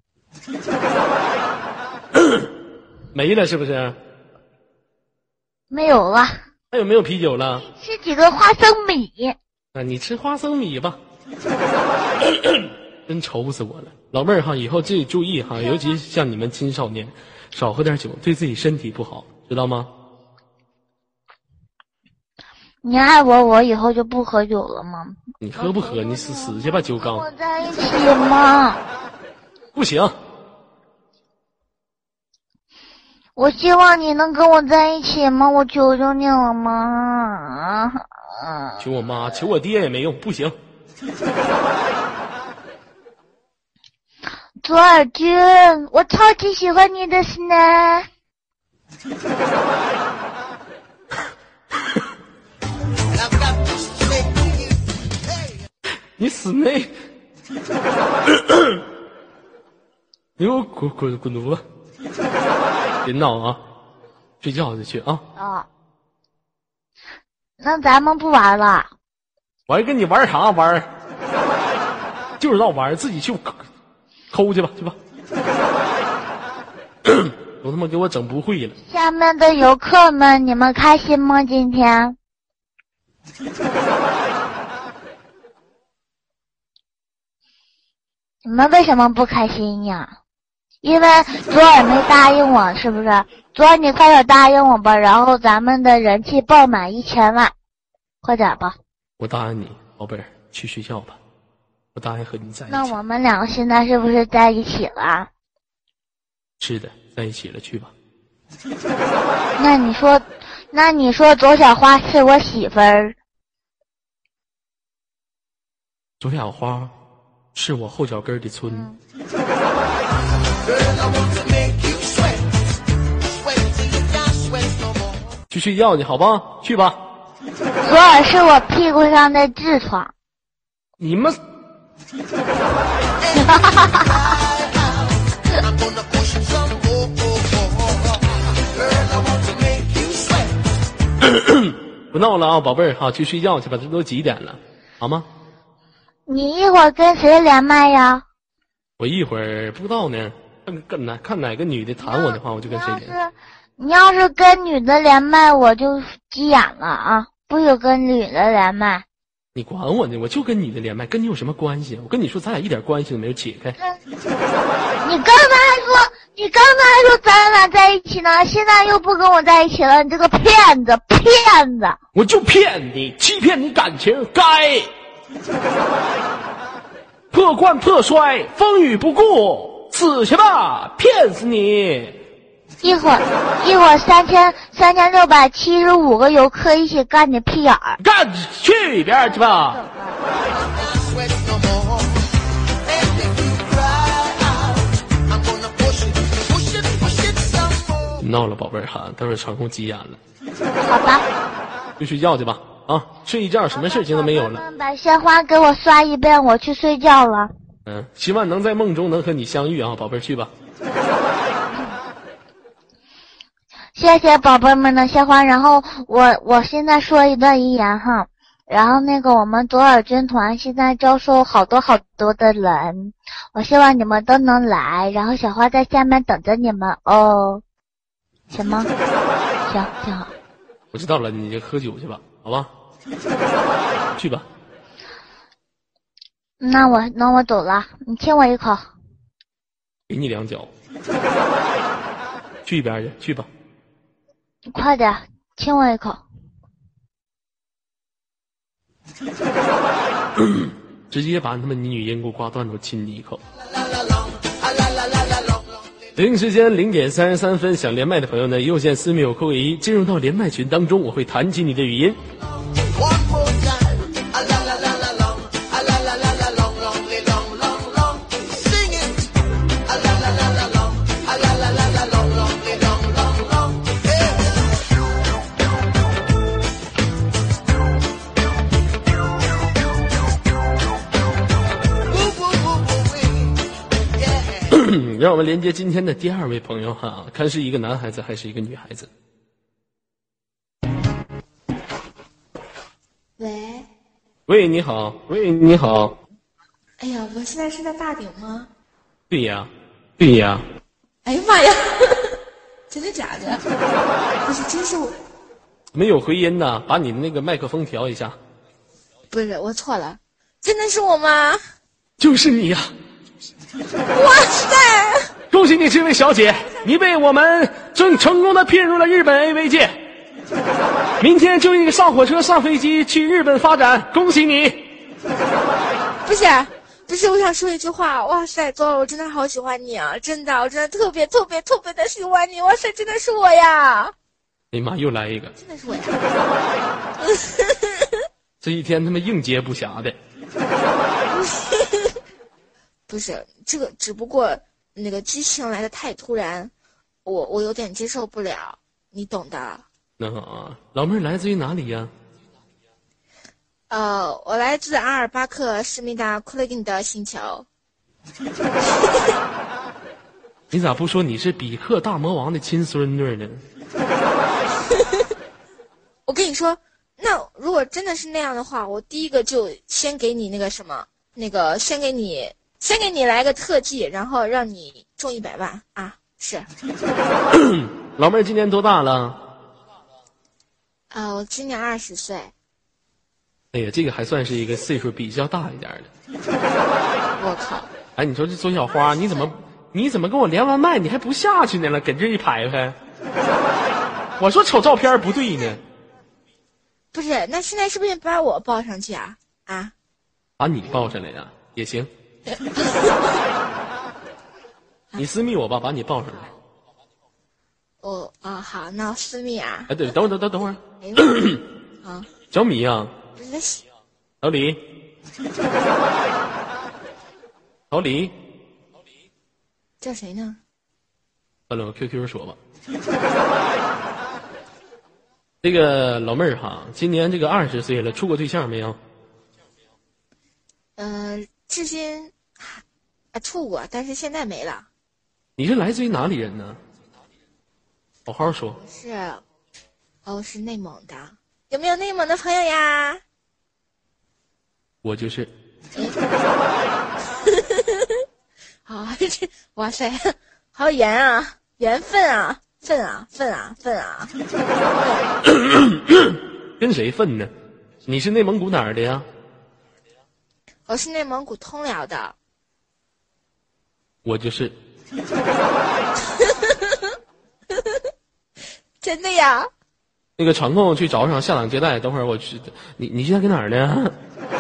Speaker 1: 没了是不是？
Speaker 2: 没有了。
Speaker 1: 还有没有啤酒了？
Speaker 2: 吃几个花生米。
Speaker 1: 啊，你吃花生米吧。真愁死我了，老妹儿哈，以后自己注意哈，尤其像你们青少年，少喝点酒，对自己身体不好，知道吗？
Speaker 2: 你爱我，我以后就不喝酒了吗？
Speaker 1: 你喝不喝？你死死去吧，酒缸。
Speaker 2: 跟我在一起吗？
Speaker 1: 不行。
Speaker 2: 我希望你能跟我在一起吗？我求求你了吗？
Speaker 1: 求我妈，求我爹也没用，不行。
Speaker 2: 左耳君，我超级喜欢你的是呢。
Speaker 1: 你死内！你给我滚滚滚犊子！别闹啊，睡觉去去啊！
Speaker 2: 啊，那咱们不玩了。
Speaker 1: 我还跟你玩啥玩？就知道玩，自己去抠去吧，去吧！都他妈给我整不会了。
Speaker 2: 下面的游客们，你们开心吗？今天？你们为什么不开心呀？因为左耳没答应我，是不是？左耳，你快点答应我吧，然后咱们的人气爆满一千万，快点吧。
Speaker 1: 我答应你，宝贝儿，去睡觉吧。我答应和你在一起。
Speaker 2: 那我们两个现在是不是在一起了？
Speaker 1: 是的，在一起了，去吧。
Speaker 2: 那你说，那你说左小花是我媳妇儿？
Speaker 1: 左小花是我后脚跟的村。嗯去睡觉去，好吧？去吧。
Speaker 2: 左耳是我屁股上的痔疮。
Speaker 1: 你们。 不闹了啊，宝贝儿哈，去睡觉去吧，这都几点了，好吗？
Speaker 2: 你一会儿跟谁连麦呀？
Speaker 1: 我一会儿不知道呢，看跟哪看哪个女的谈我的话，我就跟谁连。
Speaker 2: 你要是跟女的连麦，我就急眼了啊！不许跟女的连麦。
Speaker 1: 你管我呢？我就跟女的连麦，跟你有什么关系？我跟你说，咱俩一点关系都没有，解开。
Speaker 2: 你刚才还说，你刚才还说咱俩在一起呢，现在又不跟我在一起了，你这个骗子，骗子！
Speaker 1: 我就骗你，欺骗你感情，该。破罐破摔，风雨不顾，死去吧，骗死你！
Speaker 2: 一会儿，一会儿三千三千六百七十五个游客一起干你屁眼儿，
Speaker 1: 干去一边去吧！闹了，宝贝儿哈，待会儿场控急眼了。
Speaker 2: 好吧，
Speaker 1: 去睡觉去吧，啊，睡一觉，什么事情都没有了。
Speaker 2: 把鲜花给我刷一遍，我去睡觉了。
Speaker 1: 嗯，希望能在梦中能和你相遇啊，宝贝儿，去吧。
Speaker 2: 谢谢宝贝们的鲜花，然后我我现在说一段遗言哈，然后那个我们左耳军团现在招收好多好多的人，我希望你们都能来，然后小花在下面等着你们哦。行吗？行，挺好。
Speaker 1: 我知道了，你就喝酒去吧，好吧？去吧。
Speaker 2: 那我那我走了，你亲我一口。
Speaker 1: 给你两脚。去一边去，去吧。
Speaker 2: 快点，亲我一口。
Speaker 1: 直接把他们女音给我挂断了，我亲你一口。北京时间零点三十三分，想连麦的朋友呢，右键私密我扣个一，进入到连麦群当中，我会弹起你的语音。让我们连接今天的第二位朋友哈，看是一个男孩子还是一个女孩子。
Speaker 3: 喂，
Speaker 1: 喂，你好，喂，你好。
Speaker 3: 哎呀，我现在是在大顶吗？
Speaker 1: 对呀，对呀。
Speaker 3: 哎呀妈呀，真的假的？不是，真是我。
Speaker 1: 没有回音呐，把你的那个麦克风调一下。
Speaker 3: 不是，我错了，真的是我吗？
Speaker 1: 就是你呀。
Speaker 3: 哇塞！
Speaker 1: 恭喜你，这位小姐，你被我们正成功的骗入了日本 A V 界，明天就应该上火车、上飞机去日本发展，恭喜你！
Speaker 3: 不是，不是，我想说一句话。哇塞，左耳，我真的好喜欢你啊！真的，我真的特别特别特别的喜欢你。哇塞，真的是我呀！
Speaker 1: 哎呀妈，又来一个，
Speaker 3: 真的是我呀！
Speaker 1: 这一天他妈应接不暇的。
Speaker 3: 不是这个，只不过那个激情来的太突然，我我有点接受不了，你懂的。
Speaker 1: 那好，老妹儿来自于哪里呀？
Speaker 3: 呃，我来自阿尔巴克施密达库勒金的星球。
Speaker 1: 你咋不说你是比克大魔王的亲孙女呢？
Speaker 3: 我跟你说，那如果真的是那样的话，我第一个就先给你那个什么，那个先给你。先给你来个特技，然后让你中一百万啊！是。
Speaker 1: 老妹儿今年多大了？
Speaker 3: 啊、呃，我今年二十岁。
Speaker 1: 哎呀，这个还算是一个岁数比较大一点的。
Speaker 3: 我靠！
Speaker 1: 哎，你说这左小花，你怎么你怎么跟我连完麦你还不下去呢了？搁这一排排。我说瞅照片不对呢。
Speaker 3: 不是，那现在是不是把我抱上去啊？啊？
Speaker 1: 把你抱上来呀、啊，也行。你私密我吧，把你抱上来。
Speaker 3: 哦啊、哦，好，那我私密啊。
Speaker 1: 哎，对，等会儿，等等等会儿。
Speaker 3: 啊，
Speaker 1: 小米呀、啊，
Speaker 3: 不是，
Speaker 1: 老李，老李，
Speaker 3: 叫谁呢？
Speaker 1: 算了，我 Q Q 说吧。这个老妹儿哈，今年这个二十岁了，处过对象没有？
Speaker 3: 呃，至今啊处过，但是现在没了。
Speaker 1: 你是来自于哪里人呢？好好说。
Speaker 3: 是， 哦，是内蒙的，有没有内蒙的朋友呀？
Speaker 1: 我就是。
Speaker 3: 好，这哇塞，好严啊，缘分啊，分啊，分啊，分啊。
Speaker 1: 跟谁分呢？你是内蒙古哪儿的呀？
Speaker 3: 我是内蒙古通辽的。
Speaker 1: 我就是。
Speaker 3: 真的呀？
Speaker 1: 那个场控去找上下档接待，等会儿我去。你你现在搁哪儿呢？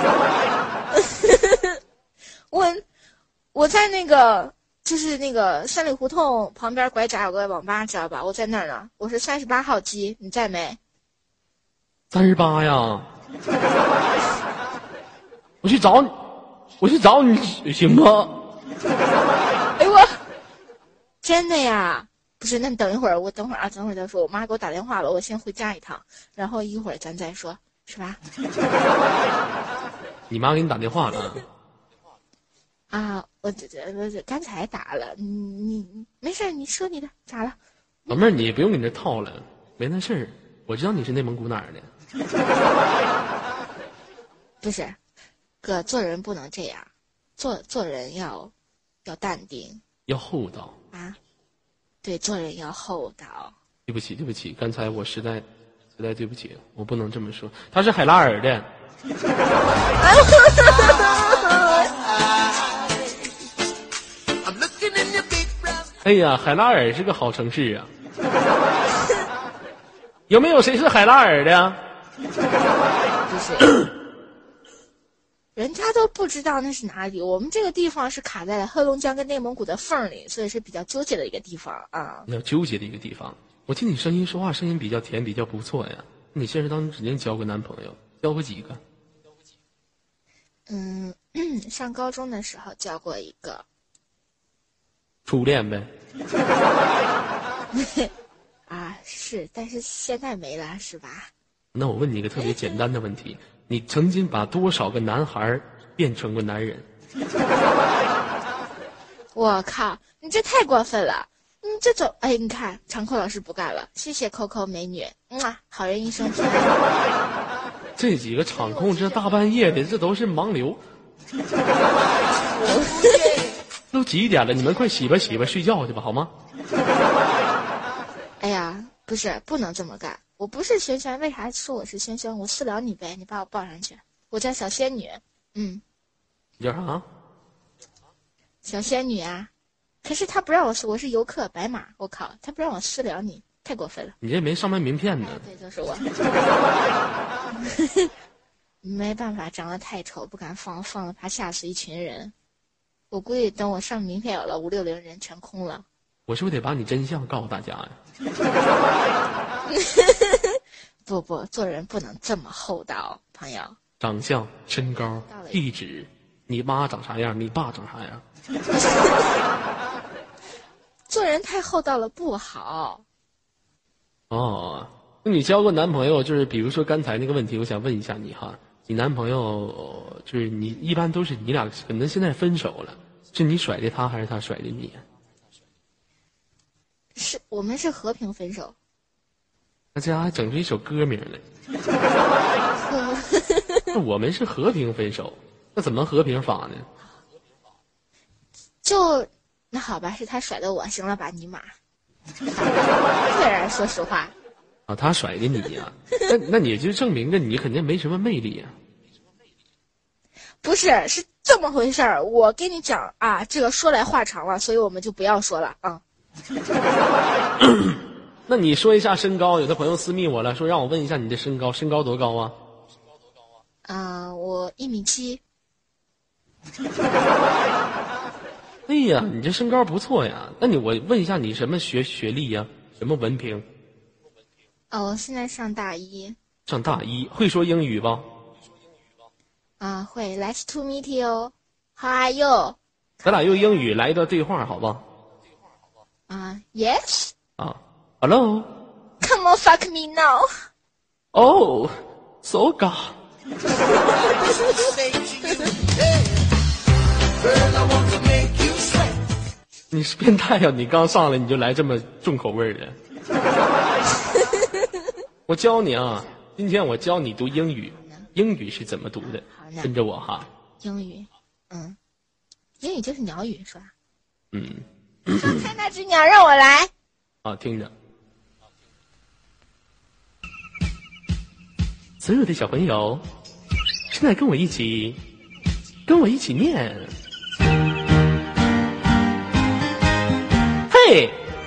Speaker 3: 我我在那个就是那个三里胡同旁边拐角有个网吧，知道吧？我在那儿呢。我是三十八号机，你在没？
Speaker 1: 三十八呀！我去找你，我去找你行吗？
Speaker 3: 哎我，真的呀？不是，那你等一会儿，我等会儿啊，等会儿再说。我妈给我打电话了，我先回家一趟，然后一会儿咱再说，是吧？
Speaker 1: 你妈给你打电话了？
Speaker 3: 啊，我这这我这刚才打了，你你没事，你说你的，咋了？
Speaker 1: 老妹儿，你不用你这套了，没那事儿。我知道你是内蒙古哪儿的。
Speaker 3: 不是，哥，做人不能这样，做做人要要淡定，
Speaker 1: 要厚道
Speaker 3: 啊。对，做人要厚道。
Speaker 1: 对不起，对不起，刚才我实在实在对不起，我不能这么说。他是海拉尔的。哎呀，海拉尔是个好城市啊。有没有谁是海拉尔的？
Speaker 3: 不是，人家都不知道那是哪里。我们这个地方是卡在黑龙江跟内蒙古的缝里，所以是比较纠结的一个地方啊。
Speaker 1: 比较纠结的一个地方。我听你声音说话，声音比较甜，比较不错呀。你现实当中指定交过男朋友，交过几个？
Speaker 3: 嗯，上高中的时候交过一个。
Speaker 1: 初恋呗。
Speaker 3: 啊，是，但是现在没了，是吧？
Speaker 1: 那我问你一个特别简单的问题：你曾经把多少个男孩变成过男人？
Speaker 3: 我靠，你这太过分了！你这种，哎，你看，长扣老师不干了，谢谢 Coco 美女，嗯啊，好人一生平安。
Speaker 1: 这几个场控这大半夜的，这都是盲流。都几点了？你们快洗吧洗吧，睡觉去吧，好吗？
Speaker 3: 哎呀，不是，不能这么干。我不是萱萱，为啥说我是萱萱？我私聊你呗，你把我抱上去。我叫小仙女，嗯。
Speaker 1: 你叫啥？
Speaker 3: 小仙女啊。可是他不让我私，我是游客白马，我靠，他不让我私聊你，太过分了。
Speaker 1: 你这没上班名片呢。
Speaker 3: 对，就是我。没办法，长得太丑，不敢放，放了怕吓死一群人。我估计等我上名片有了，五六零人全空了。
Speaker 1: 我是不是得把你真相告诉大家呀？
Speaker 3: 不不，做人不能这么厚道，朋友。
Speaker 1: 长相、身高、地址，你妈长啥样，你爸长啥样？
Speaker 3: 做人太厚道了不好。
Speaker 1: 哦，那你交过男朋友，就是比如说刚才那个问题，我想问一下你哈，你男朋友就是你一般都是你俩可能现在分手了，是你甩的他还是他甩的你？
Speaker 3: 是我们是和平分手。
Speaker 1: 那这还整出一首歌名来。我们是和平分手，那怎么和平法呢？
Speaker 3: 就那好吧，是他甩的我，行了吧，尼玛。虽然说实话。
Speaker 1: 啊，他甩的你呀、啊？那那也就证明着你肯定没什么魅力呀、啊。
Speaker 3: 不是，是这么回事儿。我跟你讲啊，这个说来话长了，所以我们就不要说了啊。
Speaker 1: 那你说一下身高，有的朋友私密我了，说让我问一下你的身高，身高多高啊？
Speaker 3: 啊、呃，我一米七。
Speaker 1: 哎呀，你这身高不错呀。那你我问一下你什么学学历呀？什么文凭？
Speaker 3: 哦，我现在上大一。
Speaker 1: 上大一，会说英语吧？
Speaker 3: 啊，会。Nice to meet you. How are you?
Speaker 1: 咱俩用英语来一段对话，好吧？
Speaker 3: 啊、uh, ，Yes.
Speaker 1: 啊 ，Hello.
Speaker 3: Come on, fuck me now.
Speaker 1: Oh, so god. 你是变态呀、啊！你刚上来你就来这么重口味的。 我教你啊，今天我教你读英语，英语是怎么读的？跟着我哈。
Speaker 3: 英语，嗯，英语就是鸟语是吧？
Speaker 1: 嗯。
Speaker 3: 刚才那只鸟让我来。
Speaker 1: 啊，听着。所有的小朋友，现在跟我一起，跟我一起念。嘿，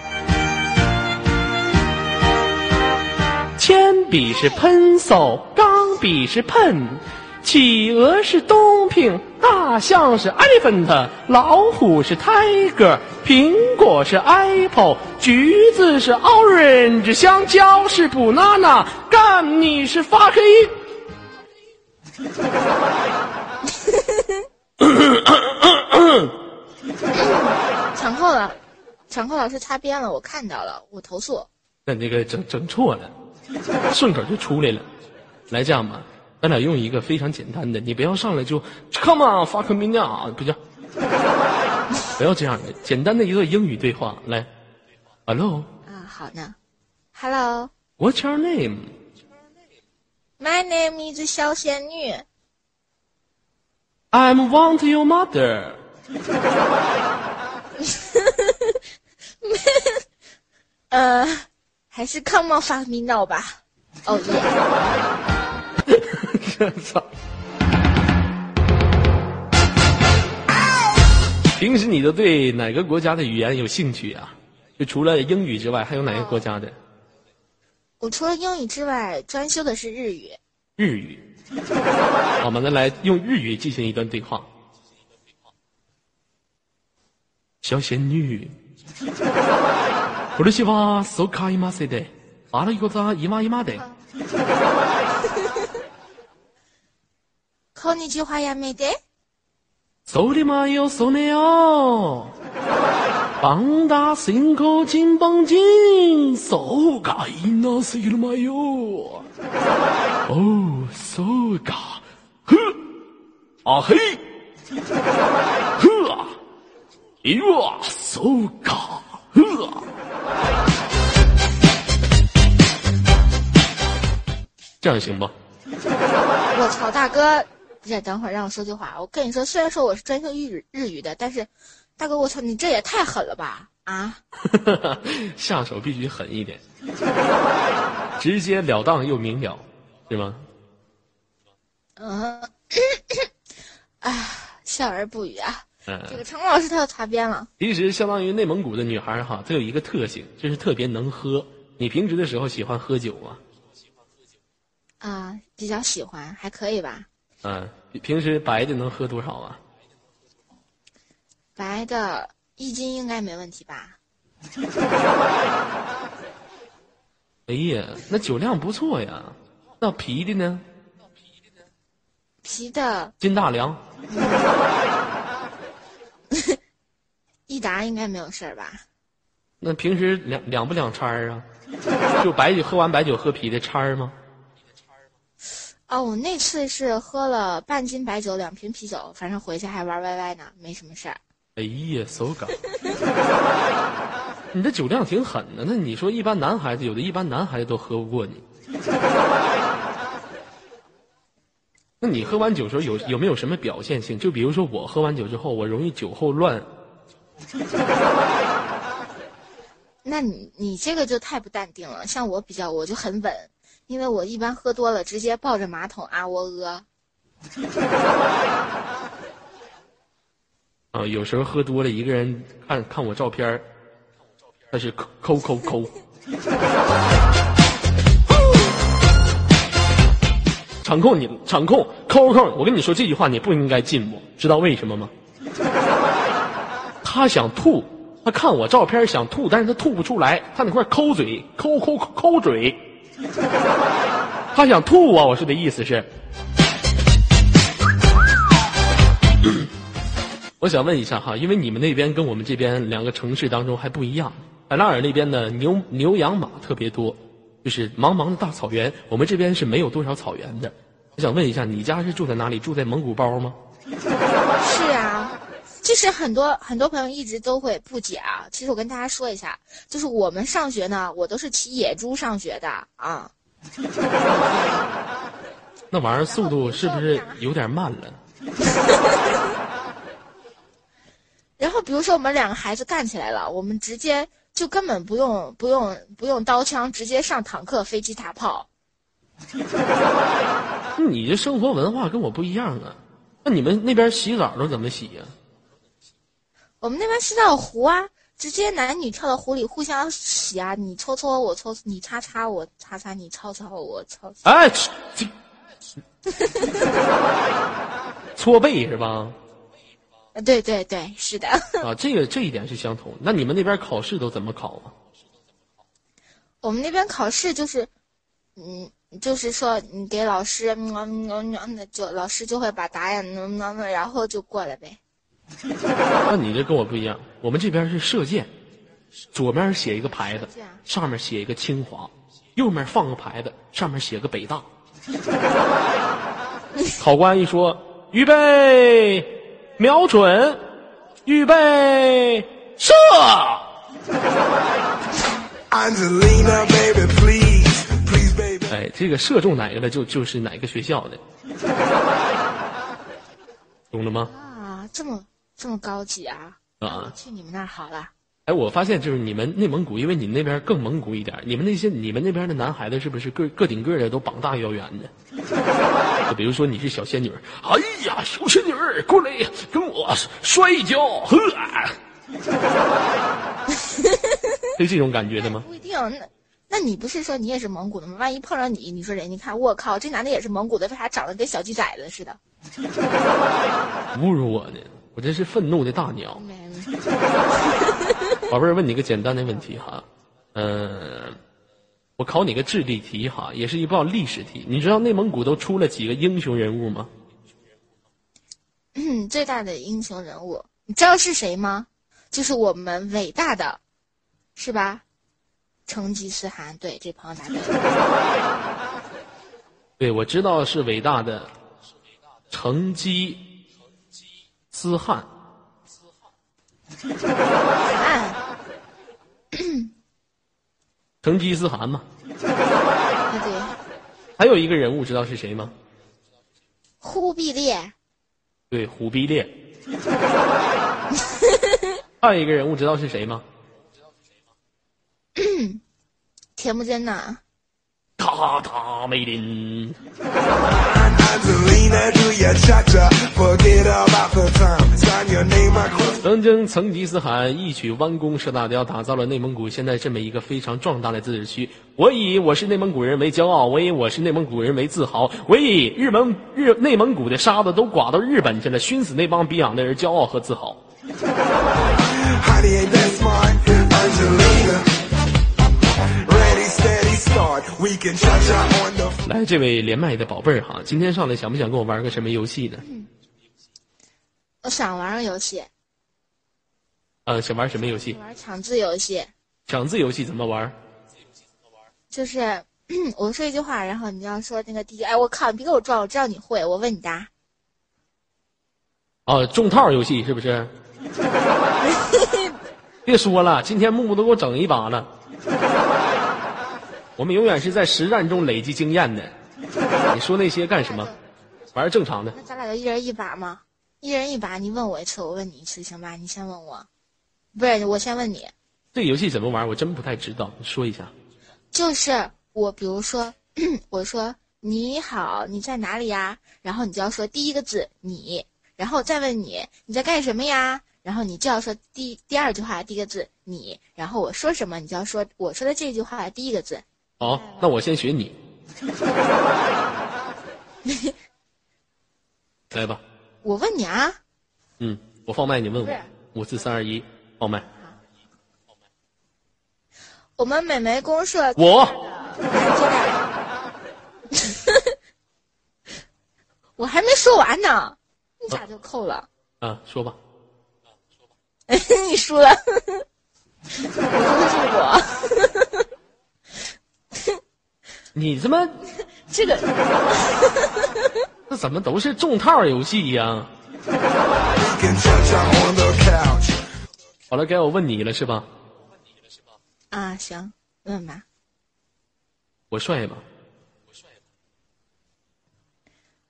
Speaker 1: 铅笔是 pencil， 钢笔是 pen， 企鹅是 dumpling， 大象是 elephant， 老虎是 tiger， 苹果是 apple， 橘子是 orange， 香蕉是 banana， 干你是发黑。
Speaker 3: 场控了，场控老师擦边了，我看到了，我投诉。
Speaker 1: 那这个整整错了，顺口就出来了。来，这样吧，咱俩用一个非常简单的，你不要上来就 come on fuck me now， 不叫，不要这样的，简单的一个英语对话。来 ，hello。
Speaker 3: 啊，好呢 ，hello。What's
Speaker 1: your name?
Speaker 3: My name is 小仙女。
Speaker 1: I'm want your mother 。
Speaker 3: 呃，还是 come on fuck me now 吧。哦耶！
Speaker 1: 操！平时你都对哪个国家的语言有兴趣啊？就除了英语之外，还有哪个国家的？
Speaker 3: 我除了英语之外，专修的是日语。
Speaker 1: 日语。好吗？那来用日语进行一段对话。小仙女。私はそう買いますで、あることは今今で。
Speaker 3: こんにちはやめて。
Speaker 1: それまよそれよ。放大心口金棒金，そうかいなすぎるまよ。哦，そうか。ふ、あ嘿。ふあ。いわ、そうか。ふあ。这样行不？
Speaker 3: 我操，大哥，不是，等会儿让我说句话。我跟你说，虽然说我是专修日语日语的，但是，大哥，我操，你这也太狠了吧！啊，
Speaker 1: 下手必须狠一点，直截了当又明了，是吗？
Speaker 3: 嗯，啊，笑而不语啊。
Speaker 1: 嗯，
Speaker 3: 这个程老师他又擦边了。
Speaker 1: 其实相当于内蒙古的女孩哈，她有一个特性，就是特别能喝。你平时的时候喜欢喝酒吗？
Speaker 3: 啊，比较喜欢，还可以吧。
Speaker 1: 嗯，平时白的能喝多少啊？
Speaker 3: 白的一斤应该没问题吧？
Speaker 1: 哎呀，那酒量不错呀。那啤的呢？
Speaker 3: 啤的
Speaker 1: 金大良。
Speaker 3: 一打应该没有事儿吧？
Speaker 1: 那平时两两不两掺儿啊？就白酒喝完白酒喝啤的掺儿吗？
Speaker 3: 哦，我那次是喝了半斤白酒，两瓶啤酒，反正回去还玩歪歪呢，没什么事儿。
Speaker 1: 哎呀，手感！你这酒量挺狠的，那你说一般男孩子，有的一般男孩子都喝不过你。那你喝完酒时候有有没有什么表现性？就比如说我喝完酒之后，我容易酒后乱。
Speaker 3: 那你你这个就太不淡定了，像我比较我就很稳，因为我一般喝多了直接抱着马桶啊喔呃。
Speaker 1: 啊，有时候喝多了，一个人看看我照片，他是抠抠抠。场控你场控抠抠，我跟你说这句话你不应该禁我，知道为什么吗？他想吐，他看我照片想吐，但是他吐不出来，他那块抠嘴，抠抠抠嘴。他想吐啊，我说的意思是。我想问一下哈，因为你们那边跟我们这边两个城市当中还不一样，海拉尔那边的牛牛羊马特别多，就是茫茫的大草原，我们这边是没有多少草原的。我想问一下，你家是住在哪里？住在蒙古包吗？
Speaker 3: 是啊，其实很多很多朋友一直都会不解啊。其实我跟大家说一下，就是我们上学呢，我都是骑野猪上学的啊。
Speaker 1: 那玩意儿速度是不是有点慢了？
Speaker 3: 然后比如说我们两个孩子干起来了，我们直接就根本不用不用不用刀枪，直接上坦克、飞机、大炮。
Speaker 1: 你这生活文化跟我不一样啊！那你们那边洗澡都怎么洗呀、啊？
Speaker 3: 我们那边洗澡湖啊，直接男女跳到湖里互相洗啊，你搓搓我搓，你擦擦我擦擦，你抄抄我抄抄。
Speaker 1: 哎，这搓背是吧？
Speaker 3: 对对对，是的。
Speaker 1: 啊，这个这一点是相同。那你们那边考试都怎么考啊？
Speaker 3: 我们那边考试就是，嗯，就是说你给老师，嗯嗯嗯，就老师就会把答案，嗯嗯，然后就过来呗。
Speaker 1: 那你这跟我不一样，我们这边是射箭，左面写一个牌子，上面写一个清华，右面放个牌子，上面写个北大。考官一说预备。瞄准，预备，射！哎，这个射中哪个了，就就是哪个学校的，懂了吗？
Speaker 3: 啊，这么这么高级啊！啊，去你们那儿好了。
Speaker 1: 哎，我发现就是你们内蒙古，因为你那边更蒙古一点，你们那些你们那边的男孩子是不是个个顶个的都膀大腰圆的？就比如说你是小仙女，哎呀，小仙女过来跟我摔一跤，呵，是这种感觉的吗？
Speaker 3: 不一定，那那你不是说你也是蒙古的吗？万一碰上你，你说人家看我靠，这男的也是蒙古的，为啥长得跟小鸡崽子似的？
Speaker 1: 侮辱我呢！我真是愤怒的大鸟。宝贝儿，问你个简单的问题哈，嗯、呃，我考你个智力题哈，也是一道历史题。你知道内蒙古都出了几个英雄人物吗？
Speaker 3: 嗯，最大的英雄人物，你知道是谁吗？就是我们伟大的，是吧？成吉思汗。对，这朋友答对了。
Speaker 1: 对，我知道是伟大的成吉思汗。成吉思汗嘛。
Speaker 3: 啊，对。
Speaker 1: 还有一个人物知道是谁吗？
Speaker 3: 忽必烈。
Speaker 1: 对，忽必烈。还有一个人物知道是谁吗？
Speaker 3: 铁木真呐。
Speaker 1: 塔塔梅林。曾经成吉思汗一曲弯弓射大雕，打造了内蒙古现在这么一个非常壮大的自治区。我以我是内蒙古人为骄傲，我以我是内蒙古人为自豪，我以日蒙日内蒙古的沙子都刮到日本去了，熏死那帮逼养的人骄傲和自豪。来，这位连麦的宝贝儿哈，今天上来想不想跟我玩个什么游戏呢？
Speaker 3: 嗯，我想玩个游戏。
Speaker 1: 呃，想玩什么游戏？
Speaker 3: 玩抢字游戏。
Speaker 1: 抢字游戏怎么玩？
Speaker 3: 就是我说一句话，然后你要说那个第一，哎，我靠，你别给我装，我知道你会，我问你答。
Speaker 1: 哦，中套游戏是不是？别说了，今天木木都给我整一把了。我们永远是在实战中累积经验的。你说那些干什么？玩正常的。
Speaker 3: 那咱俩就一人一把吗？一人一把，你问我一次，我问你一次，行吧？你先问我，不是我先问你。
Speaker 1: 这个游戏怎么玩？我真不太知道，你说一下。
Speaker 3: 就是我，比如说，我说你好，你在哪里呀？然后你就要说第一个字你，然后再问你你在干什么呀？然后你就要说第第二句话第一个字你，然后我说什么，你就要说我说的这句话第一个字。
Speaker 1: 好，那我先学你。来吧。
Speaker 3: 我问你啊。
Speaker 1: 嗯，我放麦，你问我。五四三二一，放麦。
Speaker 3: 我们美眉公社。
Speaker 1: 我。
Speaker 3: 我还没说完呢，你咋就扣了？
Speaker 1: 啊，说吧。
Speaker 3: 你输了。我说的是我。
Speaker 1: 你他妈
Speaker 3: 这个
Speaker 1: 这怎么都是中套游戏呀？好了，该我问你了是吧？
Speaker 3: 啊，行，问吧。
Speaker 1: 我帅吗？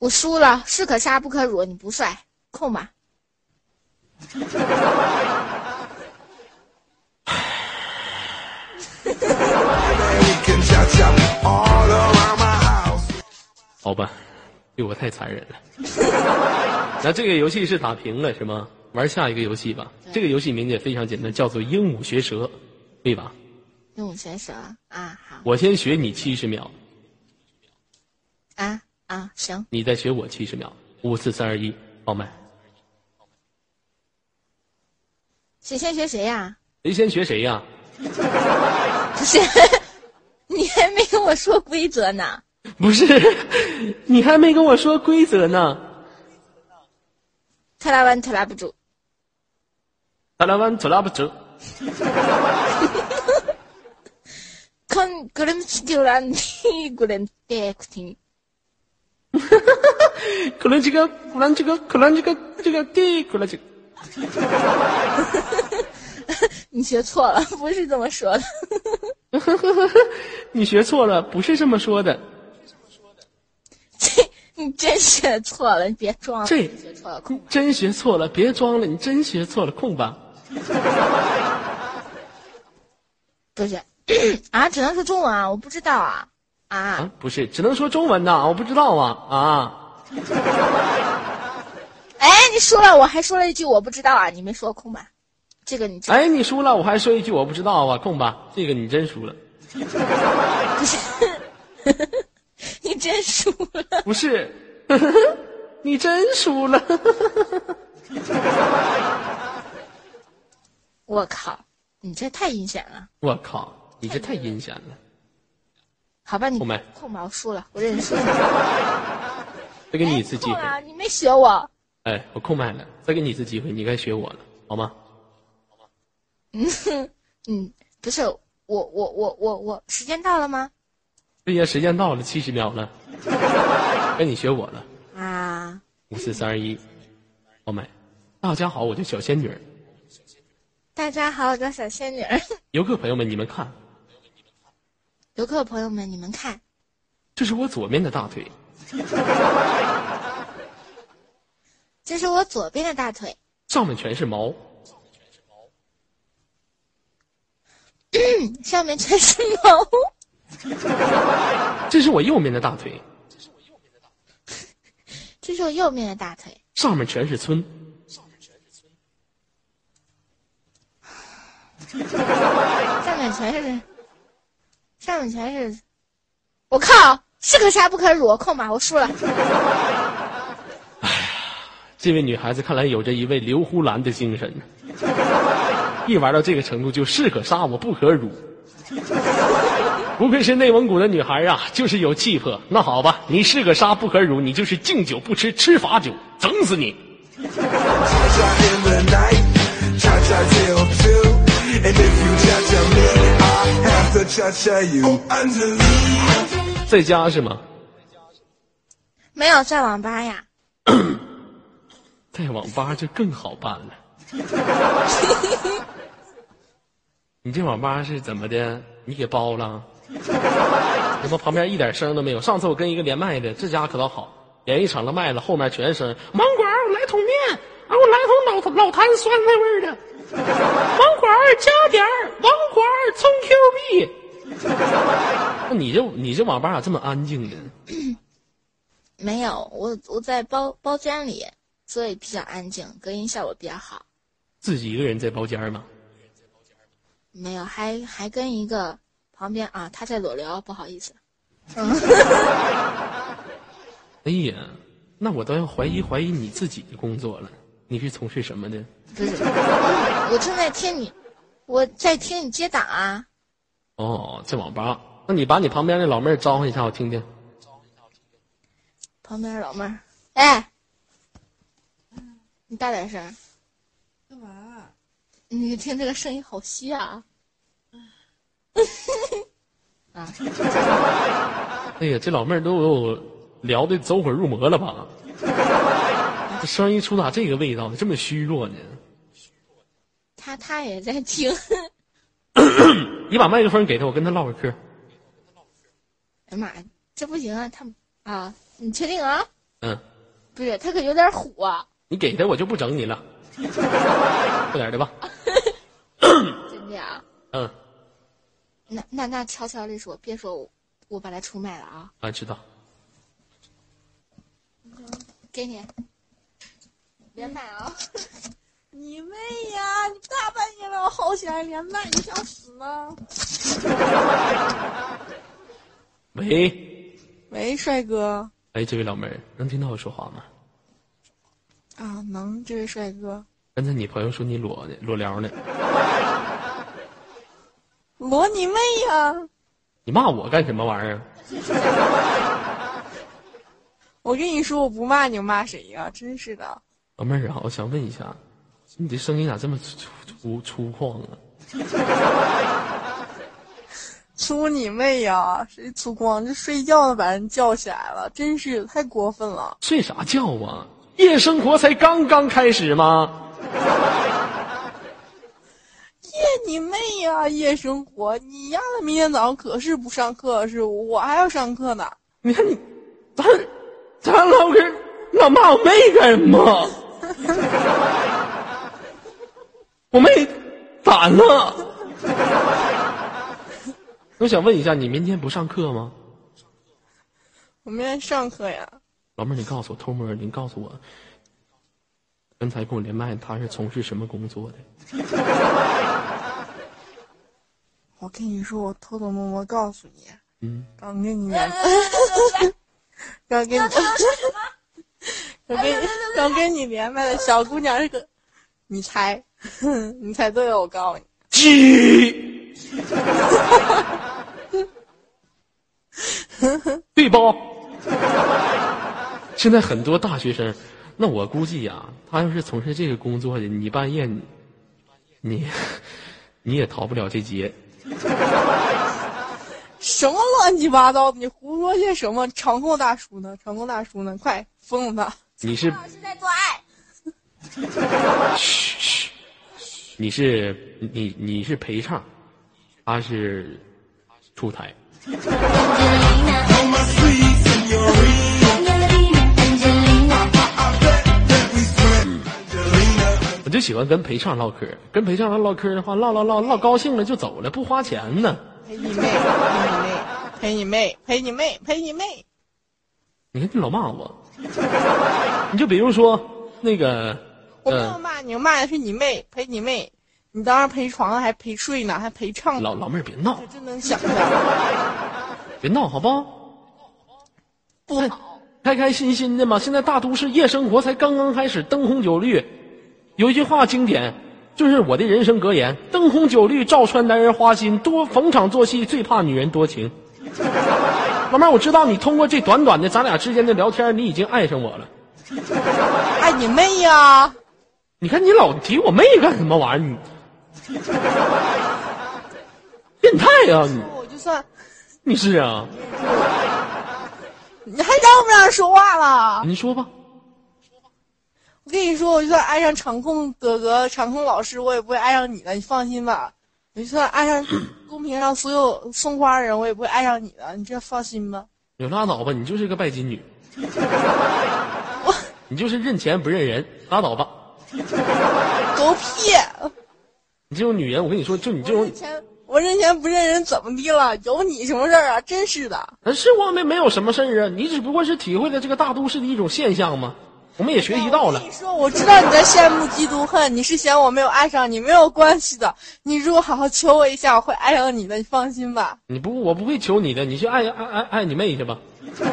Speaker 3: 我输了，士可杀不可辱，你不帅，空吧。
Speaker 1: 好吧，对我太残忍了。那这个游戏是打平了是吗？玩下一个游戏吧。这个游戏名字也非常简单，叫做鹦鹉学舌，对吧？
Speaker 3: 鹦鹉学舌啊，好。
Speaker 1: 我先学你七十秒。
Speaker 3: 啊啊，行。
Speaker 1: 你再学我七十秒，五四三二一，放慢。
Speaker 3: 谁先学谁呀、啊？
Speaker 1: 谁先学谁呀、啊？
Speaker 3: 不是，你还没跟我说规则呢。
Speaker 1: 不是，你还没跟我说规则呢。
Speaker 3: 特拉湾特拉不住。
Speaker 1: 特拉湾特拉不住。
Speaker 3: 看格伦奇丢兰蒂格伦戴克汀。
Speaker 1: 可能这个，可能这个，可能这个，这个地，可能这个。
Speaker 3: 你学错了，不是这么说的。
Speaker 1: 你学错了，不是这么说的。
Speaker 3: 这你真学错了，你别装了。
Speaker 1: 这
Speaker 3: 学错了，空
Speaker 1: 真学错了，别装了，你真学错了，空吧。
Speaker 3: 不是啊，只能说中文啊，我不知道啊啊,
Speaker 1: 啊，不是，只能说中文的，我不知道啊啊。
Speaker 3: 哎，你输了，我还说了一句我不知道啊，你没说空吧？这个你知道
Speaker 1: 哎，你输了，我还说一句我不知道啊，空吧？这个你真输了。
Speaker 3: 不是，你真输了。
Speaker 1: 不是，你真输了。
Speaker 3: 我靠，你这太阴险了。
Speaker 1: 我靠，你这太阴险了。
Speaker 3: 好吧，你
Speaker 1: 空白
Speaker 3: 空吧，我输了，我认输。
Speaker 1: 再给你一次机会。
Speaker 3: 啊，你没学我。
Speaker 1: 哎，我空白了，再给你一次机会，你该学我了，好吗？
Speaker 3: 嗯嗯，不是，我我我我我，时间到了吗？
Speaker 1: 对呀，时间到了，七十秒了，该你学我了。
Speaker 3: 啊！
Speaker 1: 五四三二一，好麦，大家好，我叫小仙女儿。
Speaker 3: 大家好，我叫小仙女儿。
Speaker 1: 游客朋友们，你们看，
Speaker 3: 游客朋友们，你们看，
Speaker 1: 这是我左边的大腿。
Speaker 3: 这是我左边的大腿，
Speaker 1: 上面全是毛。
Speaker 3: 上面全是毛。
Speaker 1: 这是我右面的大腿。
Speaker 3: 这是我右面的大腿，
Speaker 1: 上面全是村。
Speaker 3: 上面全是，上面全是，我靠，是可杀不可辱，空吧，我输了。
Speaker 1: 哎呀，这位女孩子看来有着一位刘呼兰的精神，一玩到这个程度就是可杀我不可辱。不愧是内蒙古的女孩啊，就是有气魄。那好吧，你是个杀不可辱，你就是敬酒不吃吃罚酒，整死你！在家是吗？
Speaker 3: 没有，在网吧呀。
Speaker 1: 在网吧就更好办了。你这网吧是怎么的？你给包了？怎么旁边一点声都没有？上次我跟一个连麦的，这家可倒好，连一场都卖了，后面全声。网管，我来桶面，给我来桶老老坛酸菜味的。网管加点儿，网管充 Q 币。那你这你这网吧咋这么安静呢？
Speaker 3: 没有，我我在包包间里，所以比较安静，隔音效果比较好。
Speaker 1: 自己一个人在包间吗？
Speaker 3: 没有，还还跟一个旁边啊，他在裸聊，不好意思。嗯、
Speaker 1: 哎呀，那我都要怀疑怀疑你自己的工作了。你是从事什么的？
Speaker 3: 不是，我正在听你，我在听你接档啊。
Speaker 1: 哦，在网吧。那你把你旁边那老妹儿招呼一下，我听听。
Speaker 3: 旁边老妹儿，哎，你大点声。
Speaker 4: 干嘛？
Speaker 3: 你听这个声音好虚啊！啊！
Speaker 1: 哎呀，这老妹儿都有聊的走火入魔了吧？这声音出咋这个味道呢？这么虚弱呢？
Speaker 3: 他他也在听。
Speaker 1: 你把麦克风给他，我跟他唠会嗑。
Speaker 3: 哎呀妈呀，这不行啊！他啊，你确定啊？
Speaker 1: 嗯，
Speaker 3: 不是，他可有点虎啊。
Speaker 1: 你给他我就不整你了，快点的吧。
Speaker 3: 真的呀？
Speaker 1: 嗯。
Speaker 3: 那那那悄悄的说，别说我我把它出卖了啊。
Speaker 1: 啊，知道。
Speaker 3: 给你，连麦啊！
Speaker 4: 你妹呀！你大半夜的，我好起来连麦，你想死吗？
Speaker 1: 喂，
Speaker 4: 喂，帅哥。
Speaker 1: 哎，这位老妹儿，能听到我说话吗？
Speaker 4: 啊，能，这位帅哥。
Speaker 1: 刚才你朋友说你裸呢，裸聊呢。
Speaker 4: 裸你妹呀！
Speaker 1: 你骂我干什么玩意儿？
Speaker 4: 我跟你说，我不骂你，我骂谁呀？真是的。
Speaker 1: 老妹儿啊，我想问一下，你的声音咋这么粗粗粗犷啊？
Speaker 4: 粗你妹呀！谁粗犷？这睡觉呢，把人叫起来了，真是太过分了。
Speaker 1: 睡啥觉啊？夜生活才刚刚开始吗？
Speaker 4: 夜你妹呀！夜生活，你丫的明天早上可是不上课，是我还要上课呢。
Speaker 1: 你看你，咱咱老哥老骂我妹干什么？我妹咋了？我想问一下，你明天不上课吗？
Speaker 4: 我明天上课呀。
Speaker 1: 老妹儿，你告诉我，偷摸你告诉我，刚才跟我连麦，他是从事什么工作的？
Speaker 4: 我跟你说，我偷偷摸摸告诉你，
Speaker 1: 嗯，
Speaker 4: 刚跟你连，刚跟你，刚跟刚跟你连麦的小姑娘是个，你猜，你猜对了，我告诉你，
Speaker 1: 鸡，对不？现在很多大学生，那我估计呀、啊，他要是从事这个工作的，你半夜你你你也逃不了这劫。
Speaker 4: 什么乱七八糟的？你胡说些什么？场控大叔呢？场控大叔呢？快封了他！
Speaker 1: 你是
Speaker 3: 老师在做爱。
Speaker 1: 嘘嘘，你是你你是陪唱，他是出台。我就喜欢跟陪唱唠嗑，跟陪唱唠唠嗑的话，唠唠唠唠高兴了就走了，不花钱呢。
Speaker 4: 陪你妹，陪你妹，陪你妹，陪你妹，陪你妹。
Speaker 1: 你看你老骂我，你就比如说那个，
Speaker 4: 我没有骂你，我骂的是你妹，陪你妹。你当时陪床还陪睡呢，还陪唱。
Speaker 1: 老老妹儿别闹，
Speaker 4: 这真能想象。
Speaker 1: 别闹好不好？
Speaker 4: 不好，
Speaker 1: 开开心心的嘛。现在大都市夜生活才刚刚开始，灯红酒绿。有一句话经典，就是我的人生格言：灯红酒绿照穿男人花心，多逢场作戏最怕女人多情。老妹儿，我知道你通过这短短的咱俩之间的聊天，你已经爱上我了。
Speaker 4: 爱你妹呀！
Speaker 1: 你看你老提我妹干什么玩意儿？你变态呀、啊！你
Speaker 4: 我就算
Speaker 1: 你是啊？
Speaker 4: 你还让不让人说话了？
Speaker 1: 你说吧。
Speaker 4: 我跟你说，我就算爱上场控哥哥、场控老师，我也不会爱上你的，你放心吧。我就算爱上公屏上所有送花人，我也不会爱上你的，你这放心吧。
Speaker 1: 有拉倒吧，你就是个拜金女。
Speaker 4: 我
Speaker 1: 你就是认钱不认人，拉倒吧。
Speaker 4: 狗屁！
Speaker 1: 你这种女人，我跟你说，就你这种，
Speaker 4: 我认钱，我认钱不认人怎么的了？有你什么事儿啊？真是的。
Speaker 1: 是我们没有什么事儿啊，你只不过是体会了这个大都市的一种现象嘛。我们也学习到了。
Speaker 4: 我跟你说，我知道你在羡慕嫉妒恨，你是嫌我没有爱上你，没有关系的。你如果好好求我一下，我会爱上你的，你放心吧。
Speaker 1: 你不，我不会求你的，你去爱爱爱爱你妹去吧。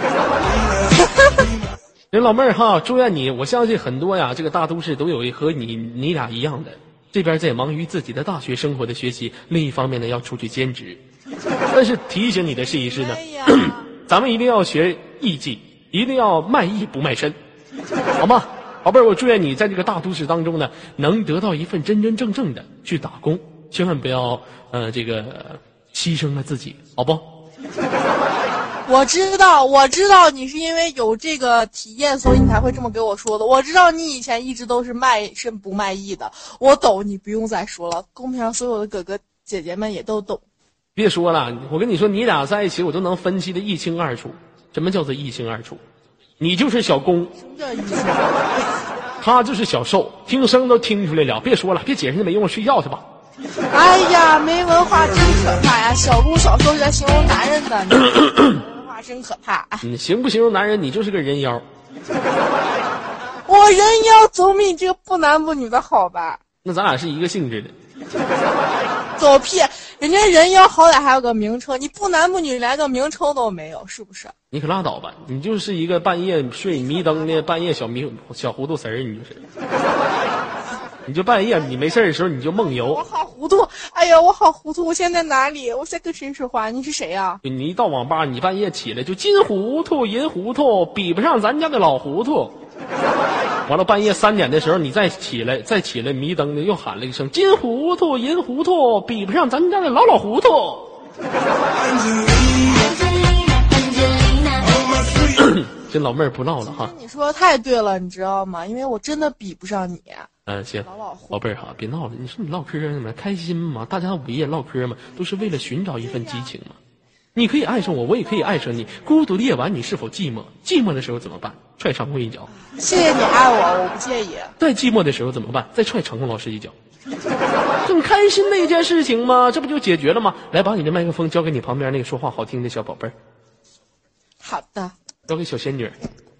Speaker 1: 人老妹儿哈，祝愿你，我相信很多呀，这个大都市都有一和你你俩一样的，这边在忙于自己的大学生活的学习，另一方面呢要出去兼职。但是提醒你的是一是呢，咱们一定要学艺伎，一定要卖艺不卖身。好吗，宝贝儿，我祝愿你在这个大都市当中呢，能得到一份真真正正的去打工，千万不要呃这个牺牲了自己，好不？
Speaker 4: 我知道，我知道你是因为有这个体验，所以你才会这么给我说的。我知道你以前一直都是卖身不卖艺的，我懂，你不用再说了。公屏上所有的哥哥姐姐们也都懂。
Speaker 1: 别说了，我跟你说，你俩在一起，我都能分析的一清二楚。什么叫做一清二楚？ 你就是小公，
Speaker 4: 什么叫医生？
Speaker 1: 他就是小受，听声都听出来了。别说了，别解释那没用，睡觉去吧。
Speaker 4: 哎呀，没文化真可怕呀！小公小受是来形容男人的，没文化真可怕。
Speaker 1: 你形不形容男人？你就是个人妖。
Speaker 4: 我人妖总比你这个不男不女的好吧？
Speaker 1: 那咱俩是一个性质的。
Speaker 4: 狗屁！人家人妖好歹还有个名称，你不男不女连个名称都没有，是不是？
Speaker 1: 你可拉倒吧！你就是一个半夜睡迷瞪的半夜小迷小糊涂神儿，你就是。你就半夜你没事的时候你就梦游。
Speaker 4: 我好糊涂！哎呀，我好糊涂！我现在在哪里？我在跟谁说话？你是谁呀、啊？
Speaker 1: 你一到网吧，你半夜起来就金糊涂、银糊涂，比不上咱家的老糊涂。完了半夜三点的时候，你再起来，再起来迷瞪的又喊了一声金糊涂、银糊涂，比不上咱家的老老糊涂。这老妹儿不闹了哈。
Speaker 4: 你说的太对了，你知道吗？因为我真的比不上你。
Speaker 1: 嗯，行，
Speaker 4: 老老
Speaker 1: 宝贝儿哈，别闹了。你说你唠嗑怎么开心吗？大家午夜唠嗑嘛，都是为了寻找一份激情嘛。你可以爱上我，我也可以爱上你。孤独的夜晚，你是否寂寞？寂寞的时候怎么办？踹长空一脚。
Speaker 4: 谢谢你爱我，我不介意。
Speaker 1: 再寂寞的时候怎么办？再踹长空老师一脚。很开心的一件事情吗？这不就解决了吗？来，把你的麦克风交给你旁边那个说话好听的小宝贝儿。
Speaker 4: 好的。
Speaker 1: 交给小仙女。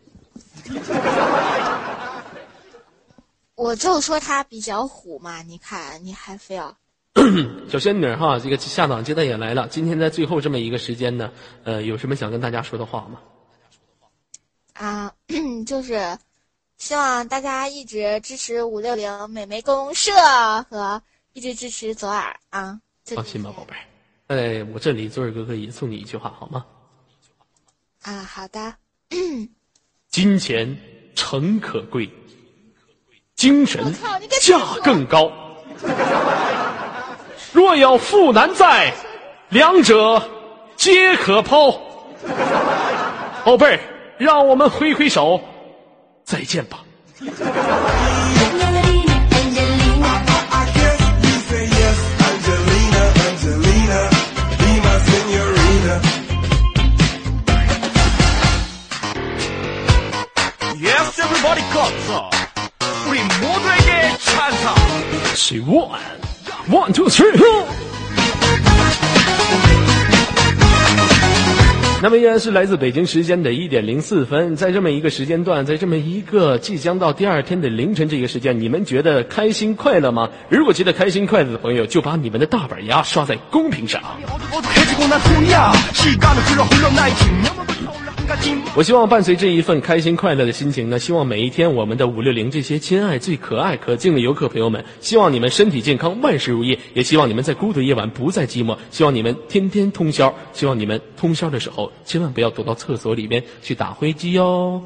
Speaker 3: 我就说他比较虎嘛，你看你还非要。
Speaker 1: 小仙女哈，这个下档接待也来了。今天在最后这么一个时间呢，呃，有什么想跟大家说的话吗？
Speaker 3: 啊，就是希望大家一直支持五六零美眉公社和一直支持左耳啊。
Speaker 1: 放心吧，宝贝儿。在我这里，左耳哥哥也送你一句话好吗？
Speaker 3: 啊，好的。
Speaker 1: 金钱诚可贵，精神价更高。若有富难在，两者皆可抛。宝贝儿，让我们挥挥手，再见吧。
Speaker 5: Yes, everybody got up. 우리 모두에게 찬사.
Speaker 1: Say one, one, two, three. 那么依然是来自北京时间的一点零四分，在这么一个时间段，在这么一个即将到第二天的凌晨这个时间，你们觉得开心快乐吗？如果觉得开心快乐的朋友，就把你们的大板牙刷在公屏上。我希望伴随这一份开心快乐的心情呢，希望每一天我们的五六零这些亲爱最可爱可敬的游客朋友们，希望你们身体健康，万事如意，也希望你们在孤独夜晚不再寂寞，希望你们天天通宵，希望你们通宵的时候千万不要躲到厕所里面去打飞机哟。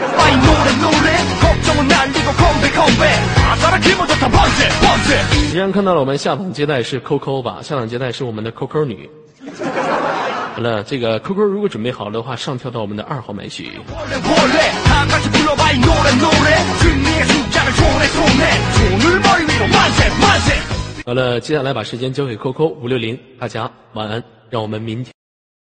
Speaker 1: 既然看到了我们下档接待是 Coco 吧，下档接待是我们的 Coco 女。好了，这个 Coco 如果准备好了的话，上跳到我们的二号麦序。好了，接下来把时间交给 Coco 五六零，大家晚安，让我们明天。